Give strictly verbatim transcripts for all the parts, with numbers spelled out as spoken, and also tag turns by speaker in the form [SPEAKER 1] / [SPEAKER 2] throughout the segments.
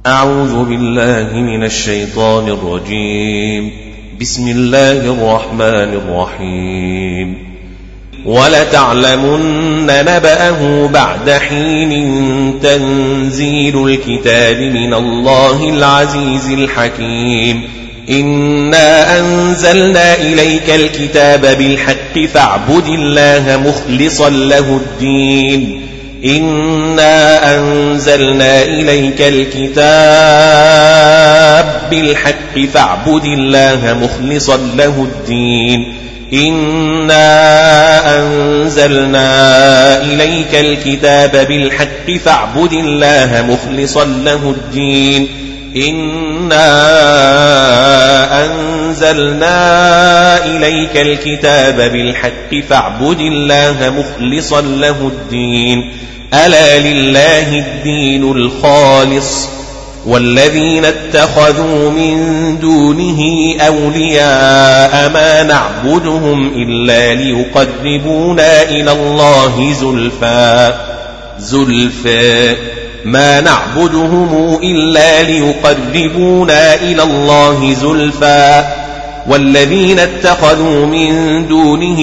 [SPEAKER 1] أعوذ بالله من الشيطان الرجيم. بسم الله الرحمن الرحيم. ولتعلمن نبأه بعد حين تنزيل الكتاب من الله العزيز الحكيم. إنا أنزلنا إليك الكتاب بالحق فاعبد الله مخلصا له الدين. إنا أنزلنا إليك الكتاب بالحق فاعبد الله مخلصا له الدين. إنا أنزلنا إليك الكتاب بالحق فاعبد الله مخلصا له الدين. إنا أنزلنا إليك الكتاب بالحق فاعبد الله مخلصا له الدين. ألا لله الدين الخالص والذين اتخذوا من دونه أولياء ما نعبدهم إلا ليقربونا إلى الله زلفى زلفى ما نعبدهم إلا ليقربونا إلى الله زلفى والذين اتخذوا من دونه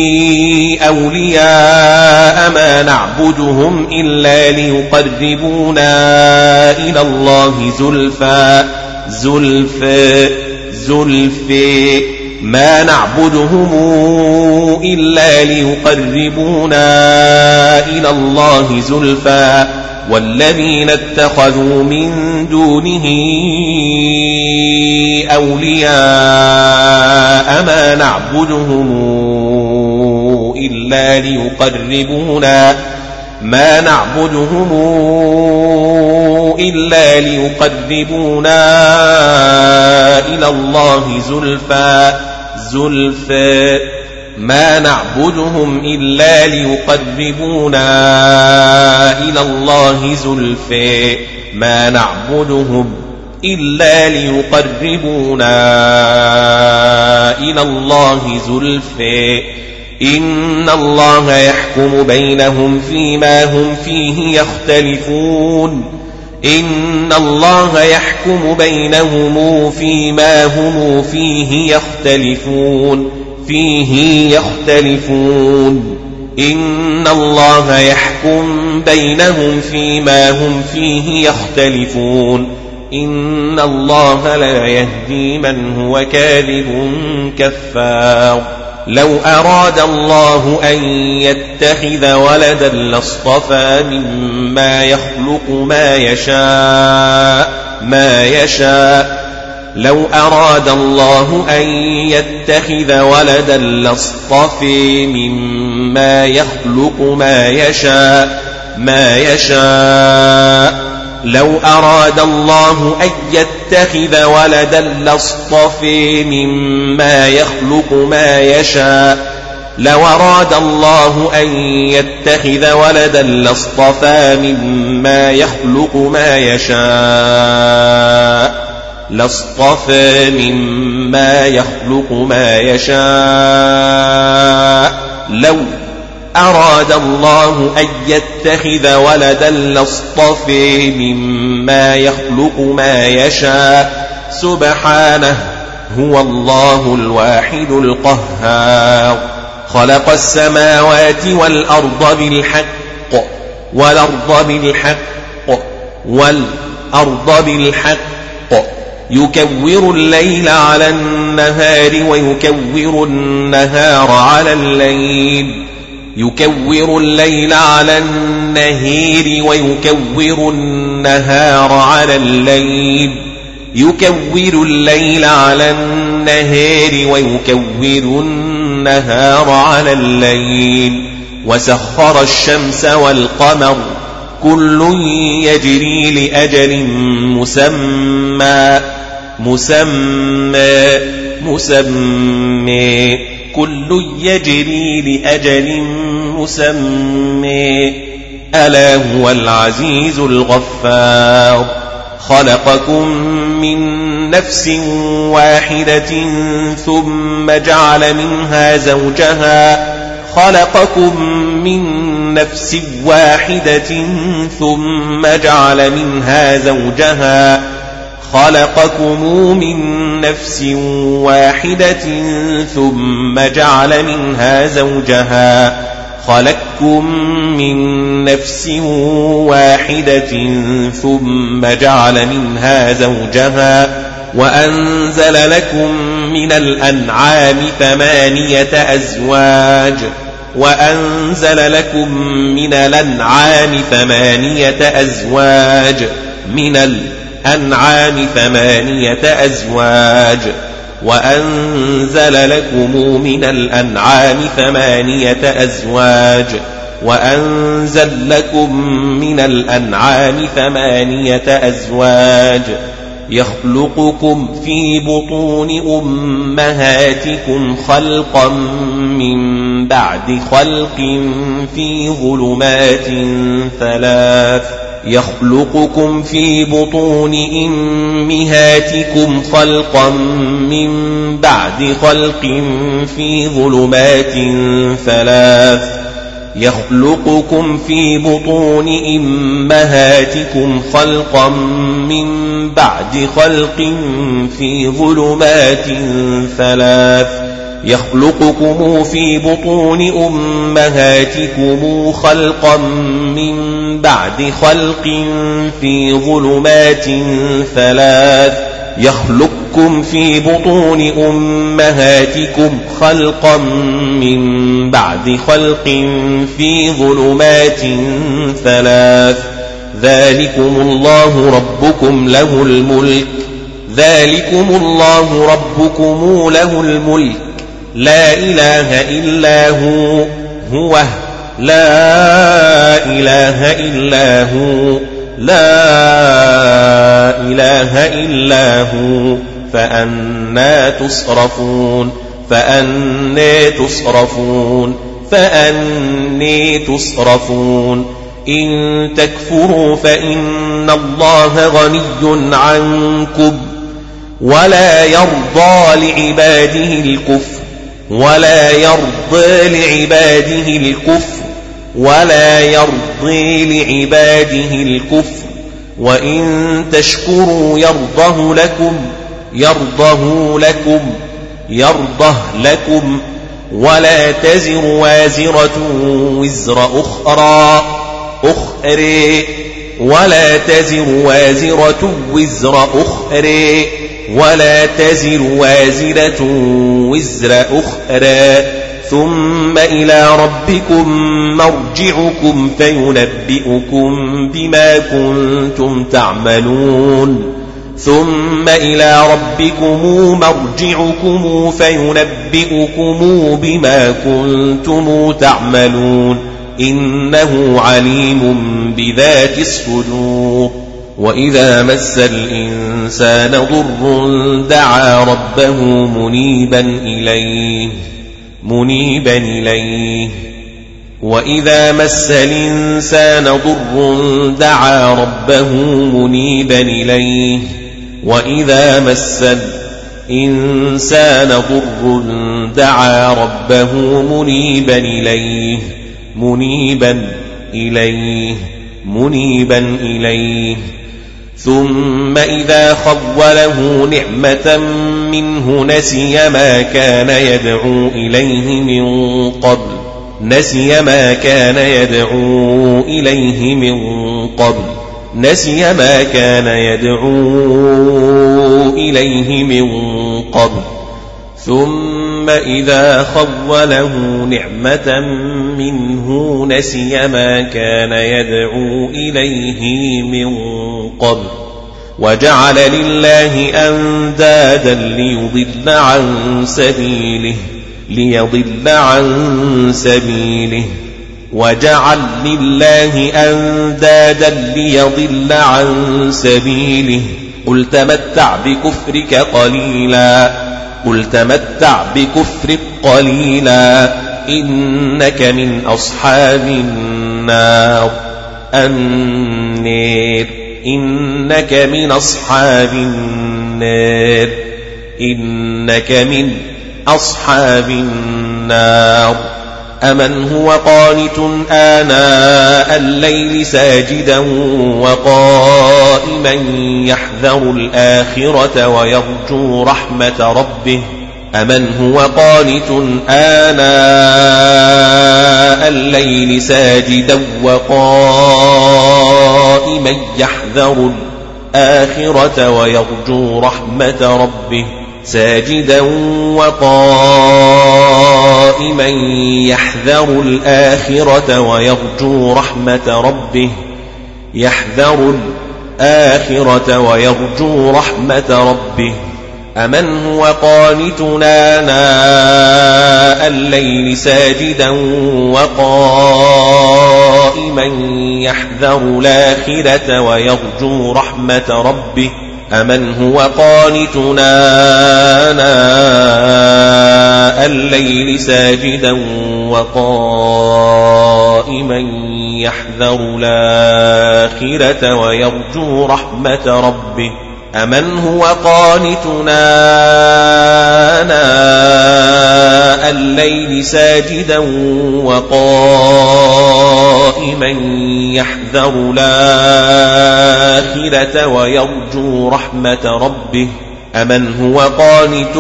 [SPEAKER 1] أولياء ما نعبدهم إلا ليقربونا إلى الله زلفى زلفى زلفى ما نعبدهم إلا ليقربونا إلى الله زلفى والذين اتخذوا من دونه أولياء ما نعبدهم إلا ليقربونا ما نعبدهم إلا ليقربونا إلى الله زلفى زلفى ما نعبدهم إلا ليقربونا إلى الله زلفى ما نعبدهم إلا ليقربونا إلى الله زلفى إن الله يحكم بينهم فيما هم فيه يختلفون. إن الله يحكم بينهم فيما هم فيه يختلفون فيه يختلفون. إن الله يحكم بينهم فيما هم فيه يختلفون. إن الله لا يهدي من هو كاذب كفار. لو أراد الله أن يتخذ ولدا لاصطفى مما يخلق ما يشاء ما يشاء لو أراد الله أن يتخذ ولدا لاصطفى مما يخلق ما يشاء ما يشاء لو أراد الله أن يتخذ ولدا لاصطفى مما يخلق ما يشاء لو أراد الله أن يتخذ ولدا لاصطفى مما يخلق ما يشاء لاصطفى مما يخلق ما يشاء لو أراد الله أن يتخذ ولدا لاصطفى مما يخلق ما يشاء سبحانه هو الله الواحد القهار. خلق السماوات والأرض بالحق والأرض بالحق والأرض بالحق يكور الليل على النهار ويكور النهار على الليل يكور الليل على النهار ويكور النهار على الليل يكور الليل على النهار ويكور النهار على الليل وسخر الشمس والقمر كل يجري لأجل مسمى مسمى مسمى كل يجري لأجل مسمى ألا هو العزيز الغفار. خلقكم من نفس واحدة ثم جعل منها زوجها خلقكم من نفس واحدة ثم جعل منها زوجها خلقكم من نفس واحدة ثم جعل منها زوجها خلقكم من نفس واحدة ثم جعل منها زوجها وأنزل لكم من الأنعام ثمانية أزواج وأنزل لكم من الأنعام ثمانية أزواج من الأنعام ثمانية أزواج وأنزل لكم من الأنعام ثمانية أزواج وأنزل لكم من الأنعام ثمانية أزواج يخلقكم في بطون أمهاتكم خلقا من بعد خلق في ظلمات ثلاث يخلقكم في بطون أمهاتكم خلقا من بعد خلق في ظلمات ثلاث يخلقكم في بطون أمهاتكم خلقا من بعد خلق في ظلمات ثلاث يخلقكم في بطون أمهاتكم خلقا من بعد خلق في ظلمات ثلاث يخلقكم في بطون أمهاتكم خلقا من بعد خلق في ظلمات ثلاث ذلكم الله ربكم له الملك ذلكم الله ربكم له الملك لا إله إلا هو هو لا إله إلا هو لا إله إلا هو فأنا تصرفون فأنا تصرفون فأنا تصرفون إن تكفروا فإن الله غني عنكم ولا يرضى لعباده الكفر ولا يرضى لعباده الكفر ولا يرضي لعباده الكفر وإن تشكروا يرضه لكم يرضه لكم يرضه لكم ولا تزر وازرة وزر أخرى أخرى ولا تزر وازرة وزر أخرى ولا تزر وازرة وزر أخرى ثم إلى ربكم مرجعكم فينبئكم بما كنتم تعملون ثم إلى ربكم مرجعكم فينبئكم بما كنتم تعملون إنه عليم بذات الصدور وإذا مس الإنسان ضر دعا ربه منيبا إليه منيبا إليه وإذا مس الإنسان ضر دعا ربه منيبا إليه وإذا مس الإنسان ضر دعا ربه منيبا إليه منيبا إليه منيبا إليه ثم إذا خوله نعمة منه نسي ما كان يدعو إليه من قبل نسي ما كان يدعو إليه من قبل نسي ما كان يدعو إليه من قبل ثم إذا خوله نعمة منه نسي ما كان يدعو إليه من قبل وجعل لله أندادا ليضل عن سبيله ليضل عن سبيله وجعل لله أندادا ليضل عن سبيله قل تمتع بكفرك قليلا قل تمتع بكفرك قليلا إنك من أصحاب النار النار إنك من أصحاب النار إنك من أصحاب النار أمن هو قانت آناء الليل ساجدا وقائما يحذر الآخرة ويرجو رحمة ربه أمن هو قانت آناء الليل ساجدا وقائما يحذر الآخرة ويرجو رحمة ربه ساجدا وقائما يحذر الآخرة ويرجو رحمة ربه يحذر الآخرة ويرجو رحمة ربه أمن هو قانت آناء الليل ساجدا وقائما يحذر الآخرة ويرجو رحمة ربه أمن هو قانت آناء الليل ساجدا وقائما يحذر الآخرة ويرجو رحمة ربه أمن هو قانت آناء الليل ساجدا وقائما يحذر الآخرة ويرجو رحمة ربه أمن هو قانت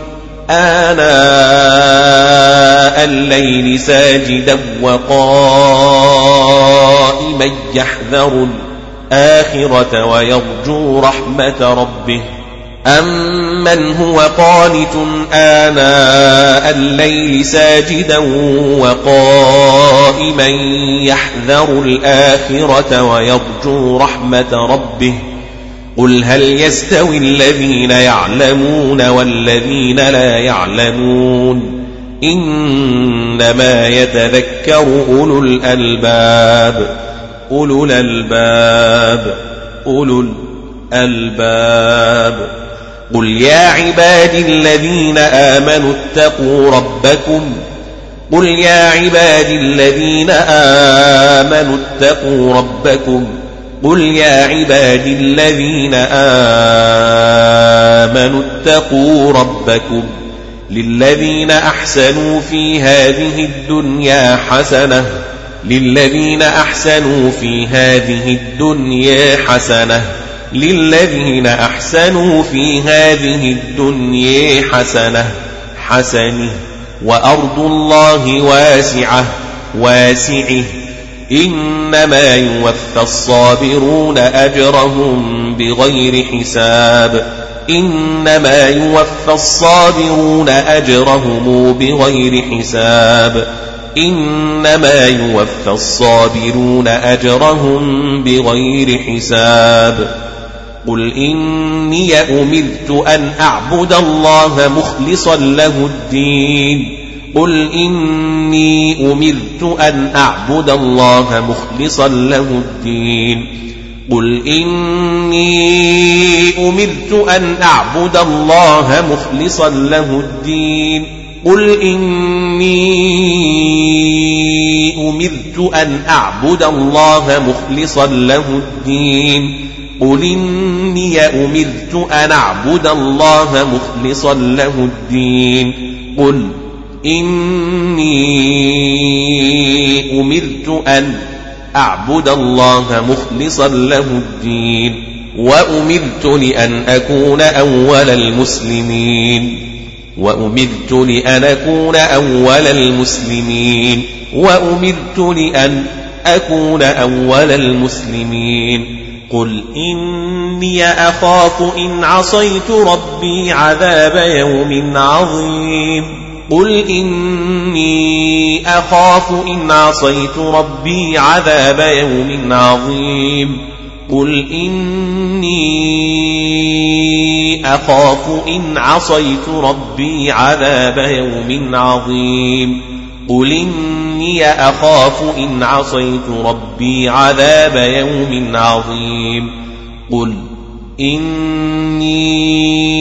[SPEAKER 1] آناء الليل ساجدا وقائما يحذر الآخرة ويرجو رحمة ربه أمن هو قانت آناء الليل ساجدا وقائما يحذر الآخرة ويرجو رحمة ربه قل هل يستوي الذين يعلمون والذين لا يعلمون إنما يتذكر أولو الألباب أولو الألباب أولو الألباب قل يا عبادي الذين آمنوا اتقوا ربكم قل يا عبادي الذين آمنوا اتقوا ربكم قل يا عبادي الذين آمنوا اتقوا ربكم للذين أحسنوا في هذه الدنيا حسنة للذين أحسنوا في هذه الدنيا حسنة للذين أحسنوا في هذه الدنيا حسنة حسنة وأرض الله واسعة واسعه إنما يوفى الصابرون أجرهم بغير حساب إنما يوفى الصابرون أجرهم بغير حساب إنما يوفى الصابرون أجرهم بغير حساب قل إني أمرت أن أعبد الله مخلصا له الدين قل إني أمرت أن أعبد الله مخلصا له الدين قل إني أمرت أن أعبد الله مخلصا له الدين قل إني أمرت أن أعبد الله مخلصا له الدين قل إني أمرت أن أعبد الله مخلصا له الدين قل إني أمرت أن أعبد الله مخلصا له الدين وأمرت لأن أكون أول المسلمين وأمرت لأن أكون أول المسلمين وأمرت لأن أكون أول المسلمين قل إني أخاف إن عصيت ربي عذاب يوم عظيم قل إني أخاف إن عصيت ربي عذاب يوم عظيم قل إني أخاف إن عصيت ربي عذاب يوم عظيم قل إني أخاف إن عصيت ربي عذاب يوم عظيم قل إني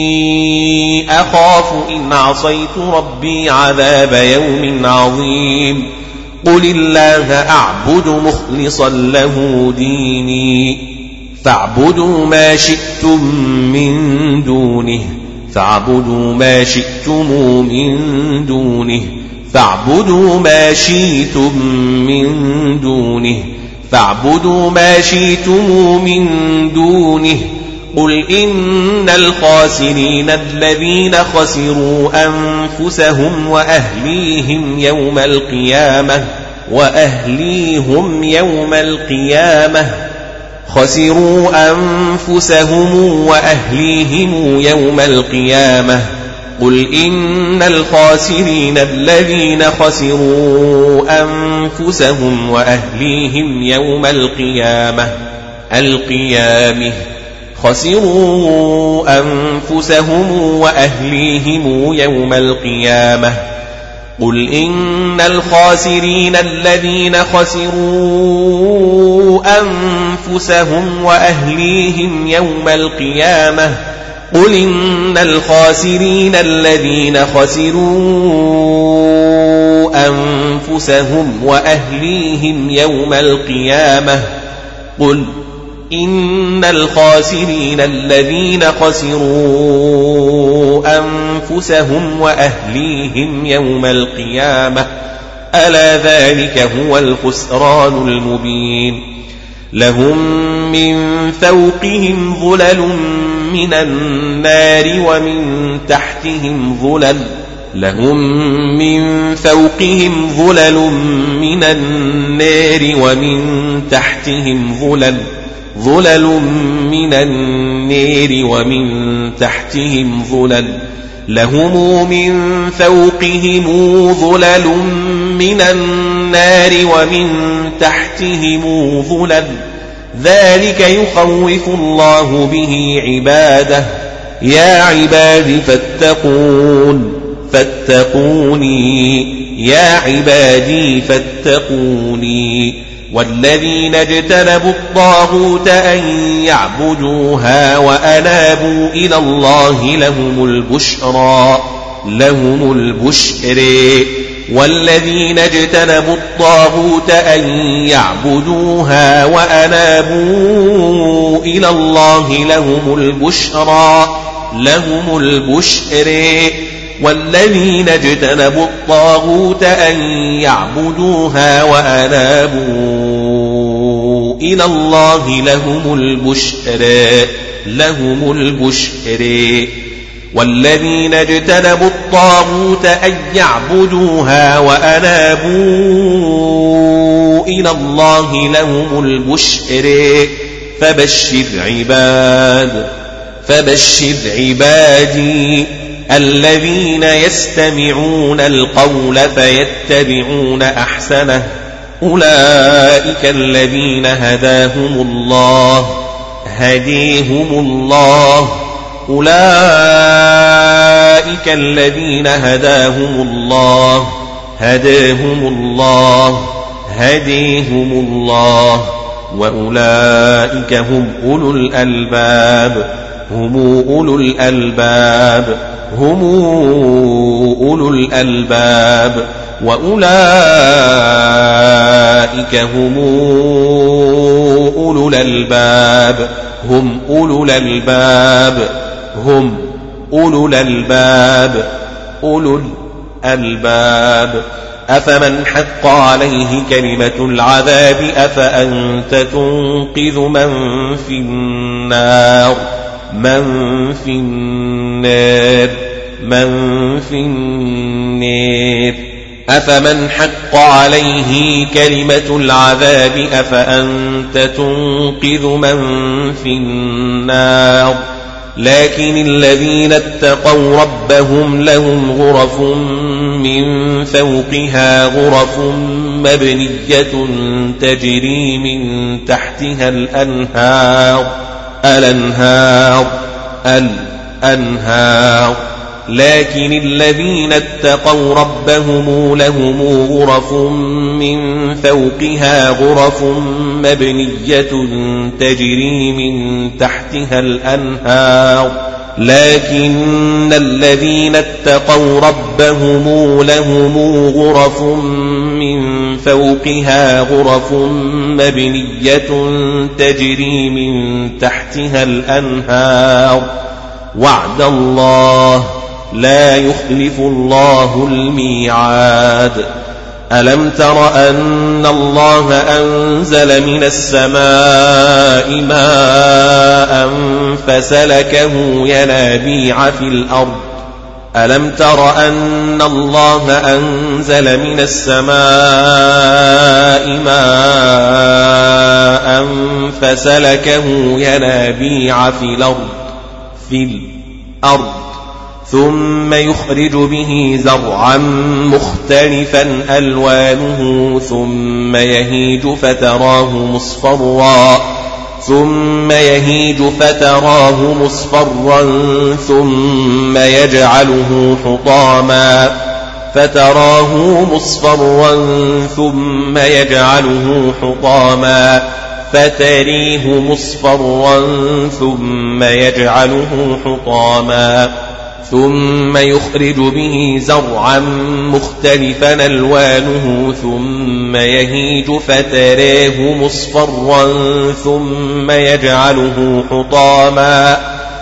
[SPEAKER 1] أخاف إن عصيت ربي عذاب يوم عظيم قل الله أعبد مخلصا له ديني فاعبدوا ما شئتم من دونه فاعبدوا ما شئتم من دونه فاعبدوا ما شئتم من دونه فاعبدوا ما شئتم من دونه قل إن الخاسرين الذين خسروا أنفسهم وأهليهم يوم القيامة وأهليهم يوم القيامة خسروا أنفسهم وأهليهم يوم القيامة قل إن الخاسرين الذين خسروا أنفسهم وأهليهم يوم القيامة القيامة خسروا أنفسهم وأهليهم يوم القيامة قل إن الخاسرين الذين خسروا أنفسهم وأهليهم يوم القيامة قل إن الخاسرين الذين خسروا أنفسهم وأهليهم يوم القيامة قل إن الخاسرين الذين خسروا أنفسهم وأهليهم يوم القيامة ألا ذلك هو الخسران المبين لهم من فوقهم ظلل من النار ومن تحتهم ظلل لهم من فوقهم ظلل من النار ومن تحتهم ظلل ظلل من النار ومن تحتهم ظلل لهم من فوقهم ظلل من النار ومن تحتهم ظلل ذلك يخوف الله به عباده يا عباد فاتقون فاتقوني يا عبادي فاتقوني والذين اجتنبوا الطاغوت أن يعبدوها وأنابوا إلى الله لهم البشرى لهم البشر والذين اجتنبوا الطاغوت أن يعبدوها وأنابوا إلى الله لهم البشرى لهم البشر والذين اجتنبوا الطاغوت أن يعبدوها وأنابوا إلى الله لهم البشر لهم البشر والذين اجتنبوا الطاغوت أن يعبدوها وأنابوا إلى الله لهم البشر فبشر عباد فبشر عبادي الذين يستمعون القول فيتبعون أحسنه أولئك الذين هداهم الله هديهم الله أولئك الذين هداهم الله هداهم الله هديهم الله وأولئك هم أولو الألباب هم أولو الألباب هم أولو الألباب وأولئك هم أولو الألباب هم أولو الألباب هم أولو الألباب أولو الألباب أفمن حق عليه كلمة العذاب أفأنت تنقذ من في النار من في النار من في النار أفمن حق عليه كلمة العذاب أفأنت تنقذ من في النار لكن الذين اتقوا ربهم لهم غرف من فوقها غرف مبنية تجري من تحتها الأنهار الأنهار الأنهار لكن الذين اتقوا ربهم لهم غرف من فوقها غرف مبنية تجري من تحتها الأنهار لكن الذين اتقوا ربهم لهم غرف من فوقها غرف مبنية تجري من تحتها الأنهار وعد الله لا يخلف الله الميعاد. ألم تر أن الله أنزل من السماء ماء فسلكه ينابيع في الأرض ألم تر أن الله أنزل من السماء ماء فسلكه ينابيع في الأرض في الأرض ثم يخرج به زرعا مختلفا ألوانه ثم يهيج فتراه مصفرا ثم يهيج فتراه مصفرا ثم يجعله حطاما فتراه مصفرا ثم يجعله حطاما فتريه مصفرا ثم يجعله حطاما ثم يخرج به زرعا مختلفا ألوانه ثم يهيج فتراه مصفرا ثم يجعله حطاما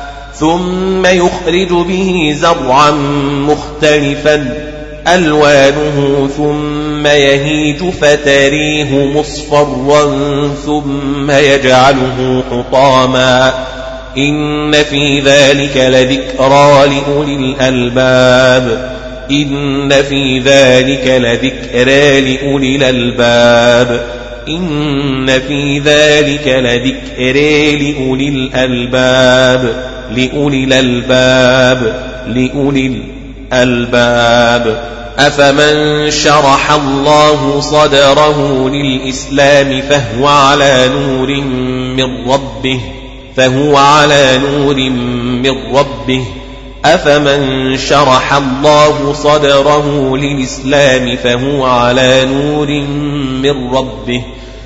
[SPEAKER 1] ثم يخرج به زرعا مختلفا ألوانه ثم يهيج فتريه مصفرا ثم يجعله حطاما إن في ذلك لذكرى لأولي الألباب إن في ذلك لذكرى لأولي الألباب إن في ذلك لذكرى لأولي الألباب لأولي الألباب لأولي الألباب أفمن شرح الله صدره للإسلام فهو على نور من ربه فهو على نور من ربه أفمن شرح الله صدره للإسلام فهو على نور من ربه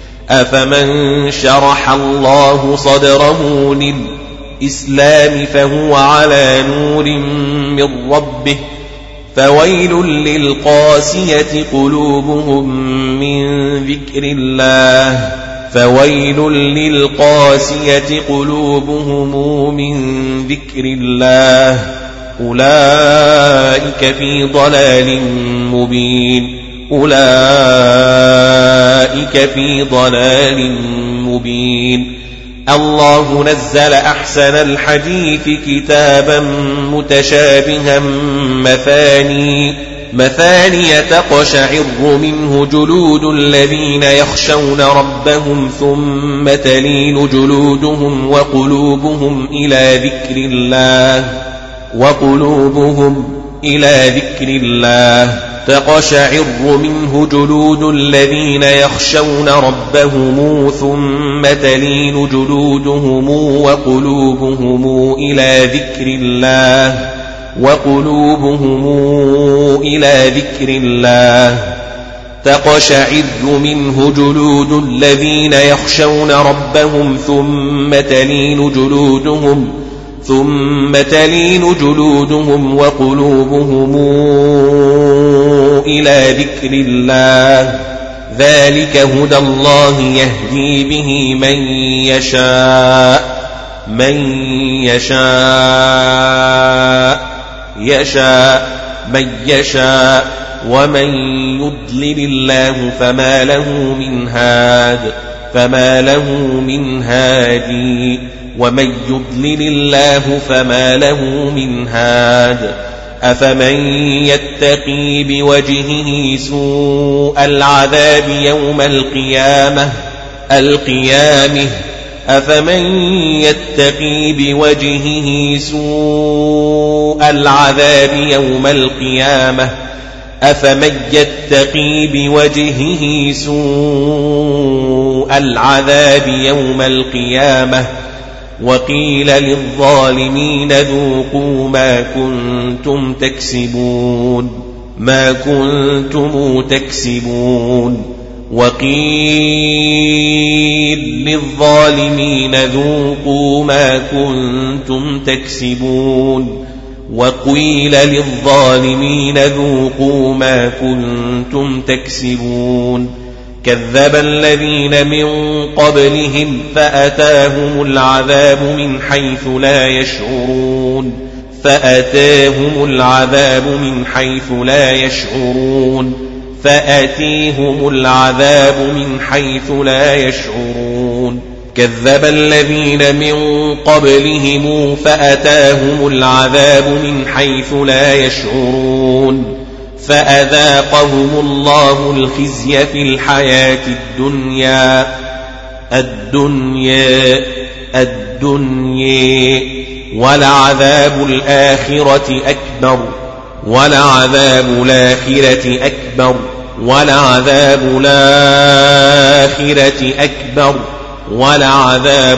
[SPEAKER 1] أفمن شرح الله صدره للإسلام فهو على نور من ربه فويل للقاسية قلوبهم من ذكر الله فويل للقاسية قلوبهم من ذكر الله أولئك في ضلال مبين أولئك في ضلال مبين الله نزل أحسن الحديث كتابا متشابها مثاني مثانية تقشعر منه جلود الذين يخشون ربهم ثم تلين جلودهم وقلوبهم إلى ذكر الله وقلوبهم إلى ذكر الله تقشعر منه جلود الذين يخشون ربهم ثم تلين جلودهم وقلوبهم إلى ذكر الله وقلوبهم إلى ذكر الله تقشعر منه جلود الذين يخشون ربهم ثم تلين جلودهم ثم تلين جلودهم وقلوبهم إلى ذكر الله ذلك هدى الله يهدي به من يشاء من يشاء يشاء من يشاء ومن يضلل الله فما له من هاد فما له من هادي ومن يضلل الله فما له من هاد أفمن يتقي بوجهه سوء العذاب يوم القيامة القيامة أفمن يتقي بوجهه سوء العذاب يوم القيامة أفمن يتقي بوجهه سوء العذاب يوم القيامة وقيل للظالمين ذوقوا ما كنتم تكسبون ما كنتم تكسبون وقيل للظالمين ذوقوا ما كنتم تكسبون وقيل للظالمين ذوقوا ما كنتم تكسبون كذب الذين من قبلهم فأتاهم العذاب من حيث لا يشعرون فأتاهم العذاب من حيث لا يشعرون فأتيهم العذاب من حيث لا يشعرون كذب الذين من قبلهم فأتاهم العذاب من حيث لا يشعرون فأذاقهم الله الخزي في الحياة الدنيا الدنيا الدنيا ولعذاب الآخرة أكبر ولعذاب الآخرة أكبر ولعذاب الآخرة أكبر ولعذاب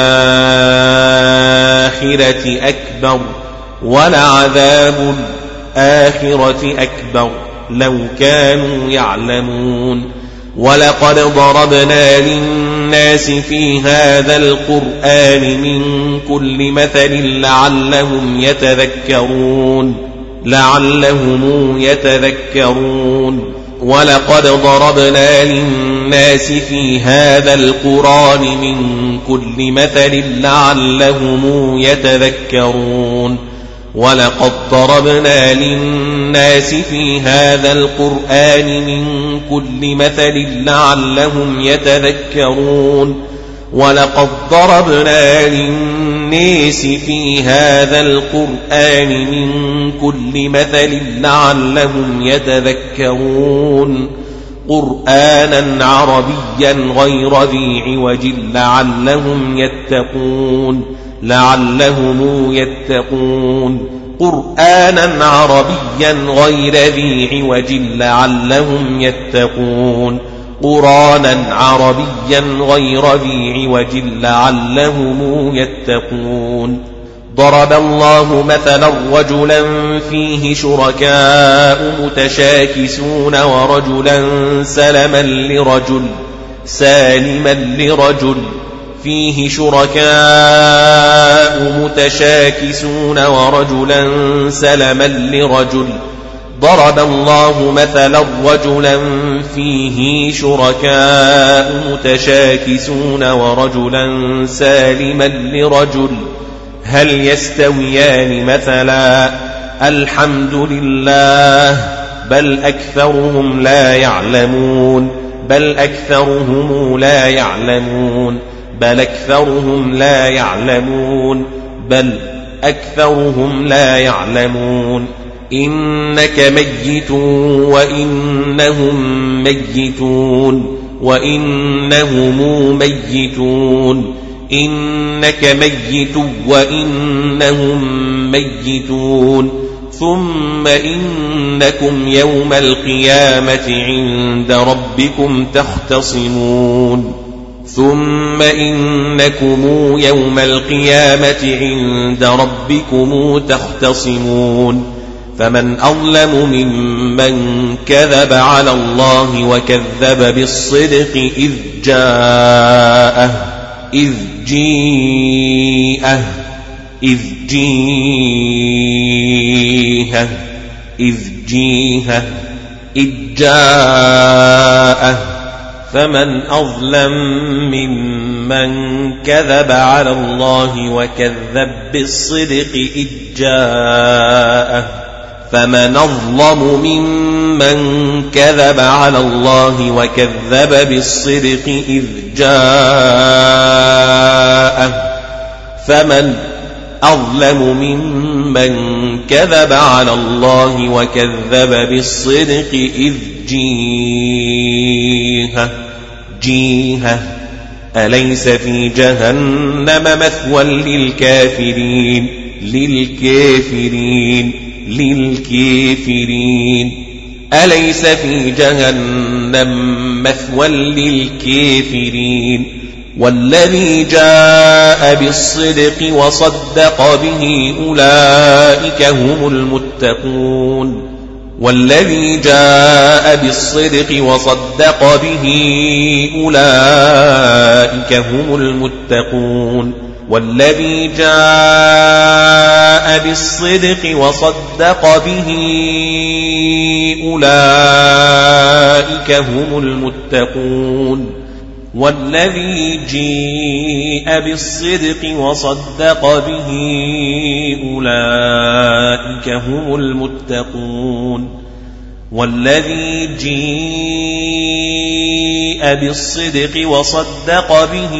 [SPEAKER 1] الآخرة أكبر ولعذاب الآخرة أكبر لو كانوا يعلمون ولقد ضربنا للناس في هذا القرآن من كل مثل لعلهم يتذكرون لعلهم يتذكرون ولقد ضربنا للناس في هذا القرآن من كل مثل لعلهم يتذكرون ولقد ضربنا للناس في هذا القرآن من كل مثل لعلهم يتذكرون ولقد ضربنا للناس في هذا القرآن من كل مثل لعلهم يتذكرون قرآنا عربيا غير ذي عوج لعلهم يتقون لعلهم يتقون قرآنا عربيا غير ذي عوج لعلهم يتقون قرآنا عربيا غير ذي عوج لعلهم يتقون ضرب الله مثلا رجلا فيه شركاء متشاكسون ورجلا سلما لرجل سالما لرجل فيه شركاء متشاكسون ورجلا سلما لرجل ضرب الله مثلا رجلا فيه شركاء متشاكسون ورجلا سالما لرجل هل يستويان مثلا الحمد لله بل أكثرهم لا يعلمون بل أكثرهم لا يعلمون بل أكثرهم لا يعلمون بل أكثرهم لا يعلمون إنك ميت وإنهم ميتون وإنهم ميتون إنك ميت وإنهم ميتون ثم إنكم يوم القيامة عند ربكم تختصمون ثم إنكم يوم القيامة عند ربكم تختصمون فمن أظلم ممن كذب على الله وكذب بالصدق إذ جاءه إذ جيءه إذ جيءه إذ جيءه إذ جاءه فمن أظلم ممن كذب على الله وكذب بالصدق إذ جاءه فمن أظلم ممن كذب على الله وكذب بالصدق إذ جاءه فمن أظلم ممن كذب على الله وكذب بالصدق إذ جيءه جيهة أليس في جهنم مثوى للكافرين للكافرين للكافرين أليس في جهنم مثوى للكافرين والذي جاء بالصدق وصدق به أولئك هم المتقون والذي جاء بالصدق وصدق به أولئك هم المتقون والذي جاء بالصدق وصدق به أولئك هم المتقون والذي جاء بالصدق وصدق به أولئك أولئك هم المتقون والذي جيء بالصدق وصدق به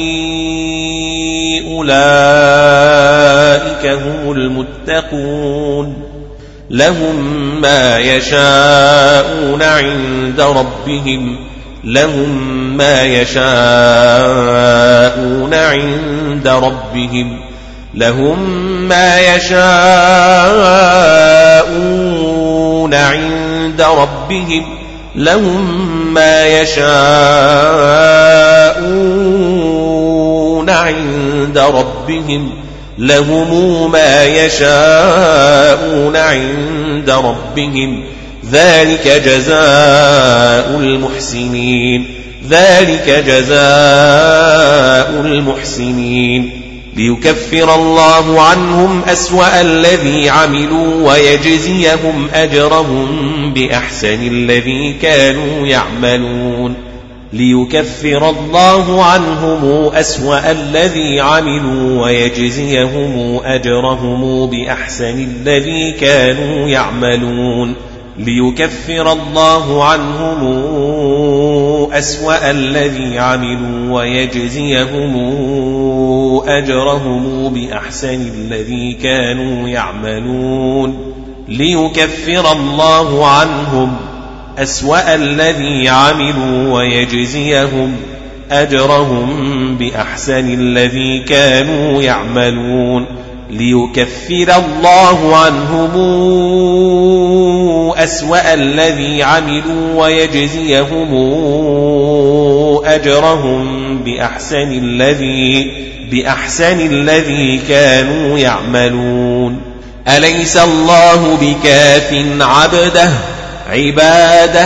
[SPEAKER 1] أولئك هم المتقون لهم ما يشاءون عند ربهم لهم ما يشاءون عند ربهم لهم ما يشاءون عند ربهم لهم ما يشاءون عند ربهم لهم ما يشاءون عند ربهم ذلك جزاء المحسنين ذلك جزاء المحسنين ليكفر الله عنهم أسوأ الذي عملوا ويجزيهم أجرهم بأحسن الذي كانوا يعملون ليكفر الله عنهم أسوأ الذي عملوا ويجزيهم أجرهم بأحسن الذي كانوا يعملون ليكفر الله عنهم أسوأ الذي عملوا ويجزيهم أجرهم بأحسن الذي كانوا يعملون ليكفر الله عنهم أسوأ الذي عملوا ويجزيهم أجرهم بأحسن الذي كانوا يعملون ليكفر الله عنهم أسوأ الذي عملوا ويجزيهم أجرهم بأحسن الذي بأحسن الذي كانوا يعملون أليس الله بكاف عبده عباده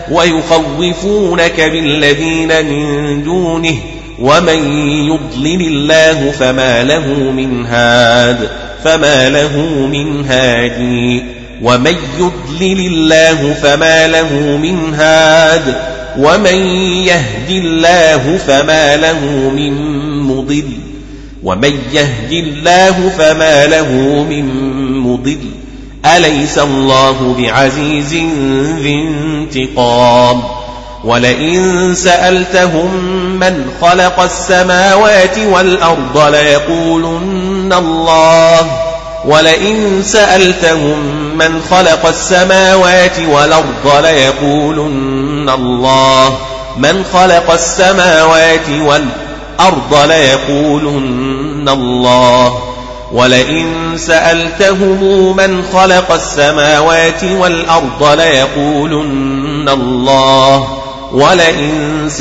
[SPEAKER 1] ويخوفونك بالذين من دونه ومن يضلل الله فما له من هاد فما له من هادي ومن يضلل الله فما له من هاد ومن يهد الله فما له من مضل ومن يهد الله فما له من مضل أليس الله بعزيز ذي انتقام ولئن سألتهم من خلق السماوات والأرض ليقولن الله ولئن سألتهم من خلق السماوات والأرض ليقولن الله من خلق السماوات والأرض ليقولن الله ولئن سألتهم من خلق السماوات والأرض ليقولن الله ولئن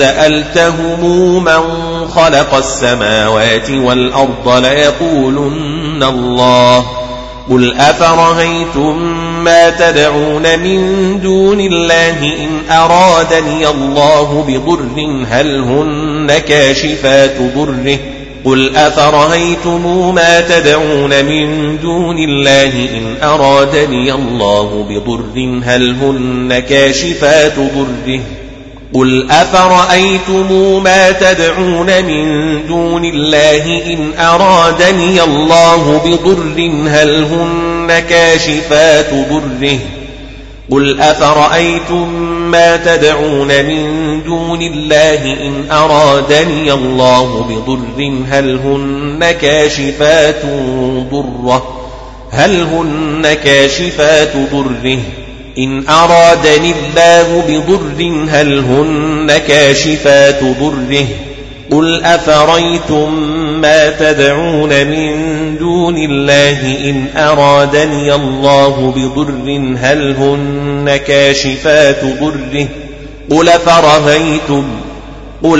[SPEAKER 1] سألتهم من خلق السماوات والأرض ليقولن الله قل أفرأيتم ما تدعون من دون الله إن أرادني الله بضر هل هن كاشفات ضره قل أفرأيتم ما تدعون من دون الله إن أرادني الله بضر هل هن كاشفات ضره قل أفرأيتم ما تدعون من دون الله إن أرادني الله بضر هل هن كاشفات ضره قل أفرأيتم ما تدعون من دون الله إن أرادني الله بضر هل هن كاشفات ضره هل هن كاشفات ضره إن أرادني الله بضر هل هن كاشفات ضره قل أفرأيتم ما تدعون من دون الله إن أرادني الله بضر هل هن كاشفات ضره قل أفرأيتم قل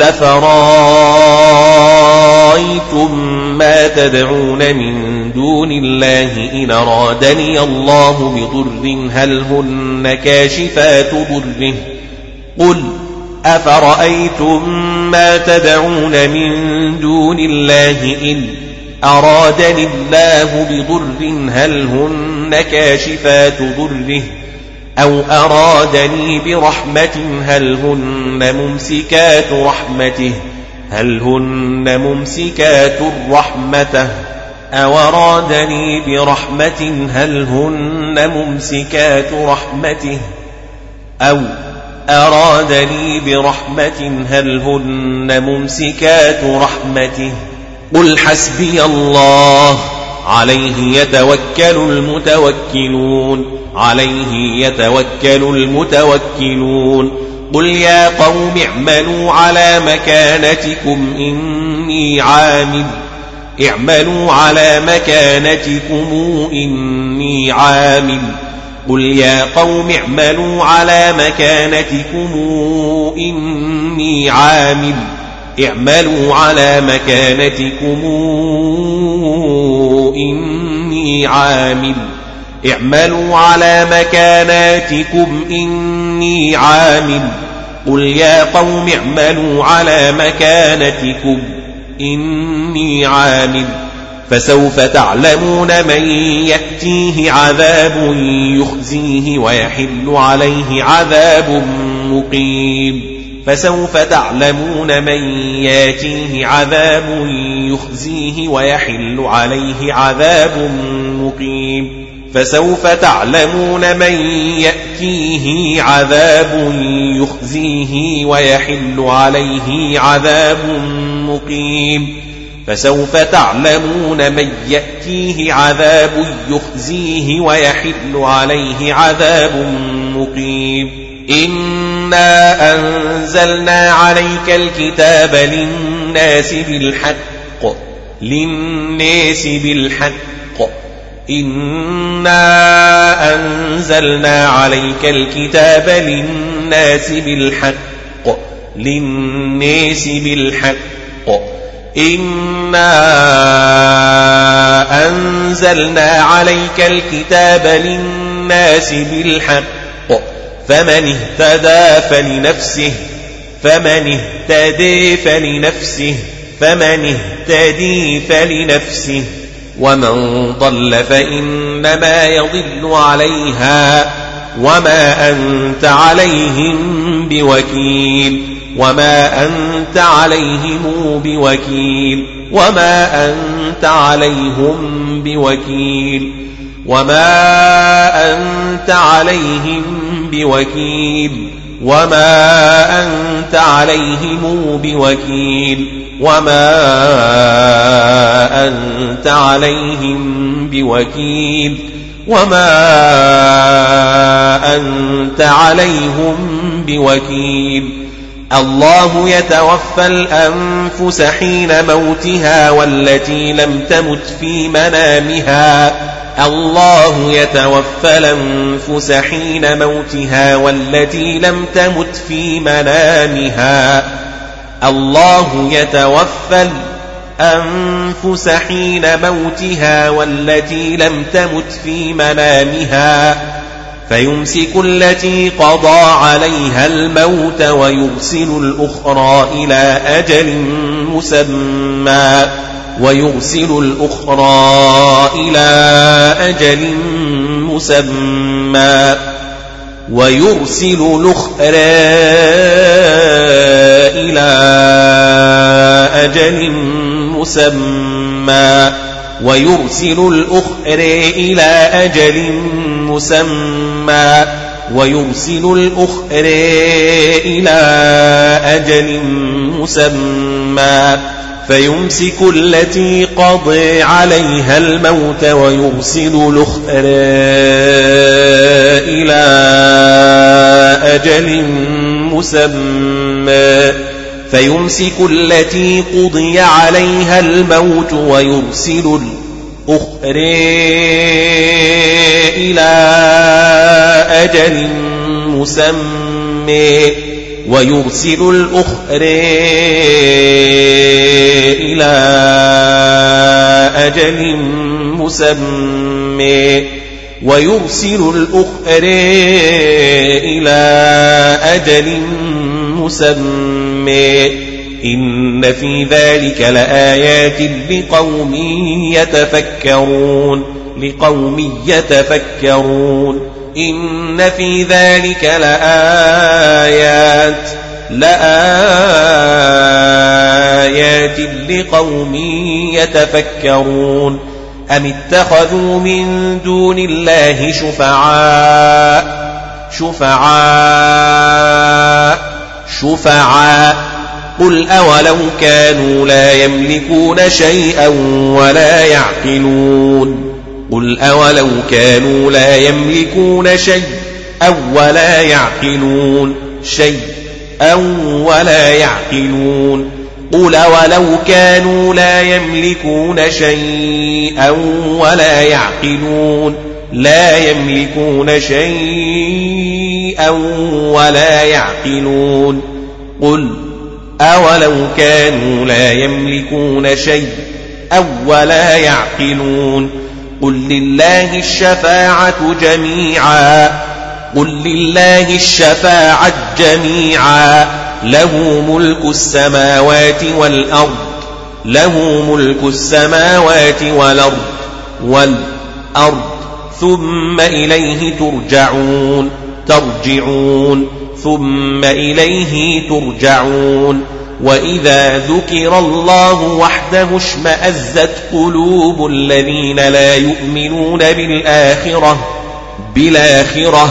[SPEAKER 1] أفرأيتم ما تدعون من دون الله إن أرادني الله بضر هل هن كاشفات ضره قل أفرأيتم ما تدعون من دون الله إن أرادني الله بضر هل هن كاشفات ضره أو أرادني برحمة هل هن ممسكات رحمته هل هن ممسكات رحمته أورادني برحمة هل هن ممسكات رحمته أو أرادني برحمة هل هن ممسكات رحمته قل حسبي الله عليه يتوكل المتوكلون عليه يتوكل المتوكلون قل يا قوم اعملوا على مكانتكم إني عامل اعملوا على مكانتكم إني عامل قل يا قوم اعملوا على مكانتكم إني عامل اعملوا على مكانتكم إني عامل اعملوا على مكاناتكم إني عامل قل يا قوم اعملوا على مكانتكم إني عامل فسوف تعلمون من يأتيه عذاب يخزيه ويحل عليه عذاب مقيم فسوف تعلمون من يأتيه عذاب يخزيه ويحل عليه عذاب مقيم فسوف تعلمون من يأتيه عذاب يخزيه ويحل عليه عذاب مقيم فسوف تعلمون من يأتيه عذاب يخزيه ويحل عليه عذاب مقيم إنا أنزلنا عليك الكتاب للناس بالحق للناس بالحق إنا أنزلنا عليك الكتاب للناس بالحق للناس بالحق إنا أنزلنا عليك الكتاب للناس بالحق فمن اهتدى فلنفسه فمن اهتدي فلنفسه فمن اهتدي فلنفسه ومن ضل فإنما يضل عليها وما أنت عليهم بوكيل وما أنت عليهم بوكيل وما أنت عليهم بوكيل وما أنت عليهم بوكيل وما أنت عليهم بوكيل وما أنت عليهم بوكيل وما أنت عليهم بوكيل الله يتوفى الأنفس حين موتها والتي لم تمت في منامها الله يتوفى الأنفس حين موتها والتي لم تمت في منامها الله يتوفى الأنفس حين موتها والتي لم تمت في منامها فيمسك التي قضى عليها الموت ويرسل الأخرى إلى أجل مسمى ويرسل الأخرى إلى أجل مسمى ويرسل الأخرى إلى أجل مسمى ويرسل الأخرى إلى أجل مسمى ويرسل الأخرى إلى أجل مسمى فيمسك التي قضى عليها الموت ويرسل الأخرى إلى أجل مسمى فيمسك التي قضي عليها الموت ويرسل الأخرى إلى أجل مسمى ويرسل الأخرى إلى أجل مسمى ويرسل الأخرى إلى أجل مسمى إن في ذلك لآيات لقوم يتفكرون لقوم يتفكرون إن في ذلك لآيات لآيات لقوم يتفكرون أم اتخذوا من دون الله شفعاء شفعاء شفعاء قل أولو كانوا لا يملكون شيئا ولا يعقلون قل أولو كانوا لا يملكون شيئا ولا يعقلون شيئا ولا يعقلون قل أولو كانوا لا يملكون شيئا ولا يعقلون لا يملكون شيئا ولا يعقلون قل أولو كانوا لا يملكون شيئا ولا يعقلون قل لله الشفاعة جميعا قل لله الشفاعة جميعا له ملك السماوات والأرض له ملك السماوات والأرض والأرض ثم إليه ترجعون ترجعون ثم إليه ترجعون وإذا ذكر الله وحده اشمأزت قلوب الذين لا يؤمنون بالآخرة بالآخرة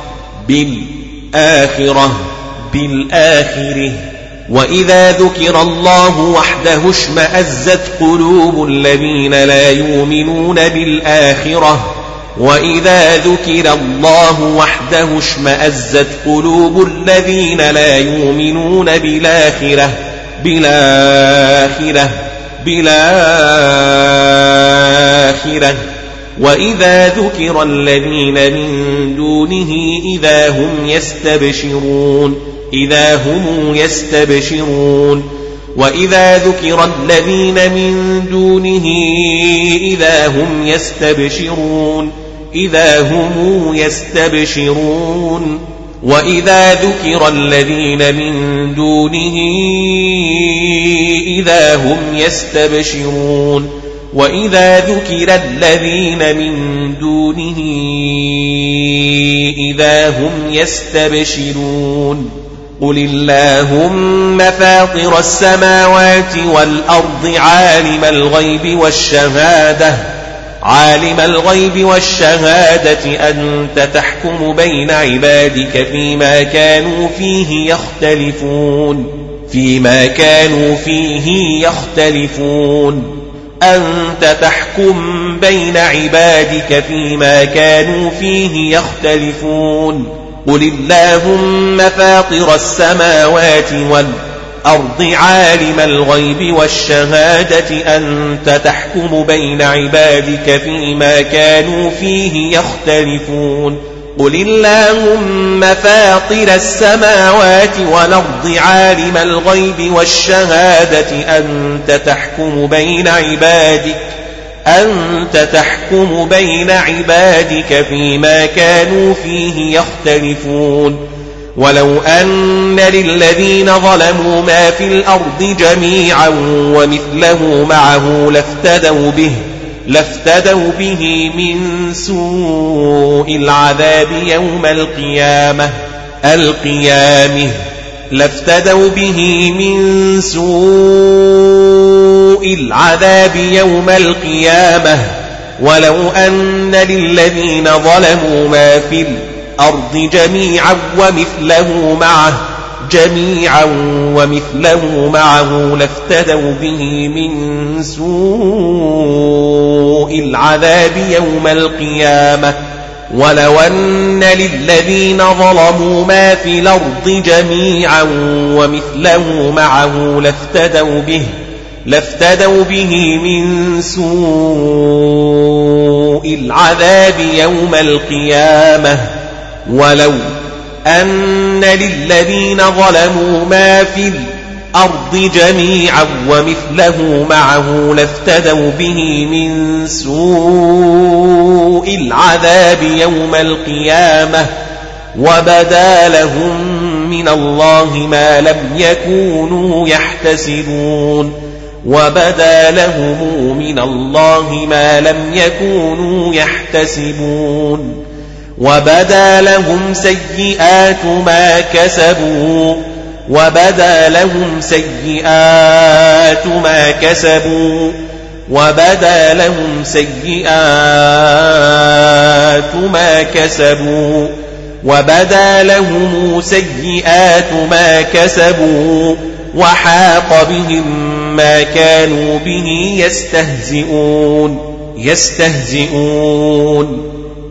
[SPEAKER 1] بالآخرة بالآخرة وإذا ذكر الله وحده اشمأزت قلوب الذين لا يؤمنون بالآخرة وإذا ذكر الله وحده اشمأزت قلوب الذين لا يؤمنون بالآخرة بالآخرة بالآخرة وإذا ذكر الذين من دونه إذا هم يستبشرون إذا هم يستبشرون وإذا ذكر الذين من دونه إذا هم يستبشرون إذا هم يستبشرون وإذا ذكر الذين من دونه إذا هم يستبشرون وإذا ذكر الذين من دونه إذا هم يستبشرون قل اللهم فاطر السماوات والأرض عالم الغيب والشهادة عالم الغيب والشهادة أنت تحكم بين عبادك فيما كانوا فيه يختلفون فيما كانوا فيه يختلفون أنت تحكم بين عبادك فيما كانوا فيه يختلفون قل اللهم فاطر السماوات والأرض عالم الغيب والشهادة أنت تحكم بين عبادك فيما كانوا فيه يختلفون قل اللهم فاطر السماوات والأرض عالم الغيب والشهادة أنت تحكم بين عبادك أنت تحكم بين عبادك فيما كانوا فيه يختلفون ولو أن للذين ظلموا ما في الأرض جميعا ومثله معه لافتدوا به لافتدوا به من سوء العذاب يوم القيامة القيامة لافتدوا به من سوء العذاب يوم القيامة ولو أن للذين ظلموا ما في الأرض جميعا ومثله معه جميعا ومثله معه لافتدوا به من سوء العذاب يوم القيامة ولو أن للذين ظلموا ما في الأرض جميعا ومثله معه لافتدوا به لافتدوا به من سوء العذاب يوم القيامة ولو أن للذين ظلموا ما في الأرض جميعا ومثله معه لافتدوا به من سوء العذاب يوم القيامة وبدا لهم من الله ما لم يكونوا يحتسبون وبدا لهم من الله ما لم يكونوا يحتسبون وبدا لهم سيئات ما كسبوا وبدا لهم سيئات ما كسبوا وبدا لهم سيئات ما كسبوا وبدا لهم سيئات ما كسبوا وحاق بهم ما كانوا به يستهزئون يستهزئون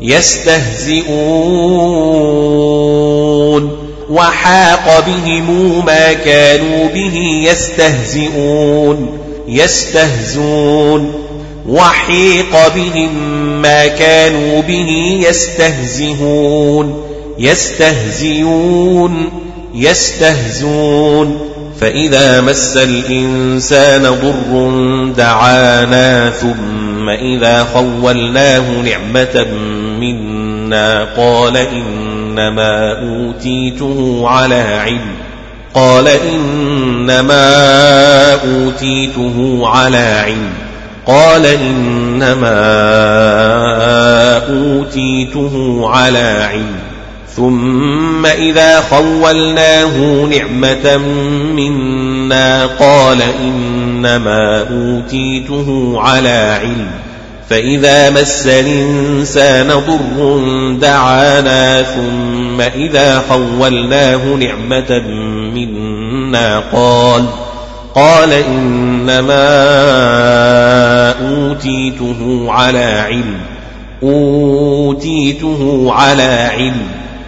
[SPEAKER 1] يستهزئون وحاق بهم ما كانوا به يستهزئون يستهزون وحيق بهم ما كانوا به يستهزئون يستهزئون يستهزون فإذا مس الإنسان ضر دعانا ثم إذا خولناه نعمة منا قال إنما أوتيته على علم قال إنما أوتيته على علم قال إنما أوتيته على علم ثم إذا خولناه نعمة منا قال إنما أوتيته على علم فإذا مس الإنسان ضر دعانا ثم إذا خولناه نعمة منا قال قال إنما أوتيته على علم أوتيته على علم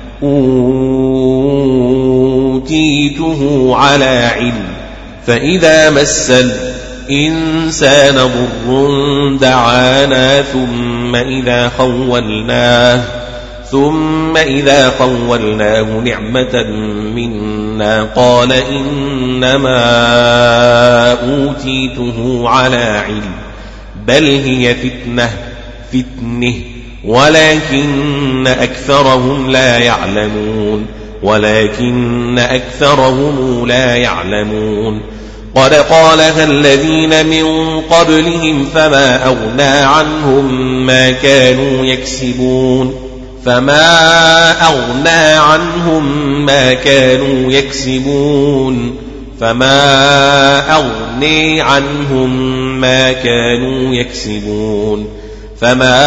[SPEAKER 1] أوتيته على علم فإذا مس الإنسان ضر دعانا ثم إذا خولناه ثم إذا خولناه نعمة منا قال إنما أوتيته على علم بل هي فتنة فتنه ولكن أكثرهم لا يعلمون ولكن أكثرهم لا يعلمون قد قالها الذين من قبلهم فما أغنى عنهم ما كانوا يكسبون فما أغنى عنهم ما كانوا يكسبون فما أغني عنهم ما كانوا يكسبون فما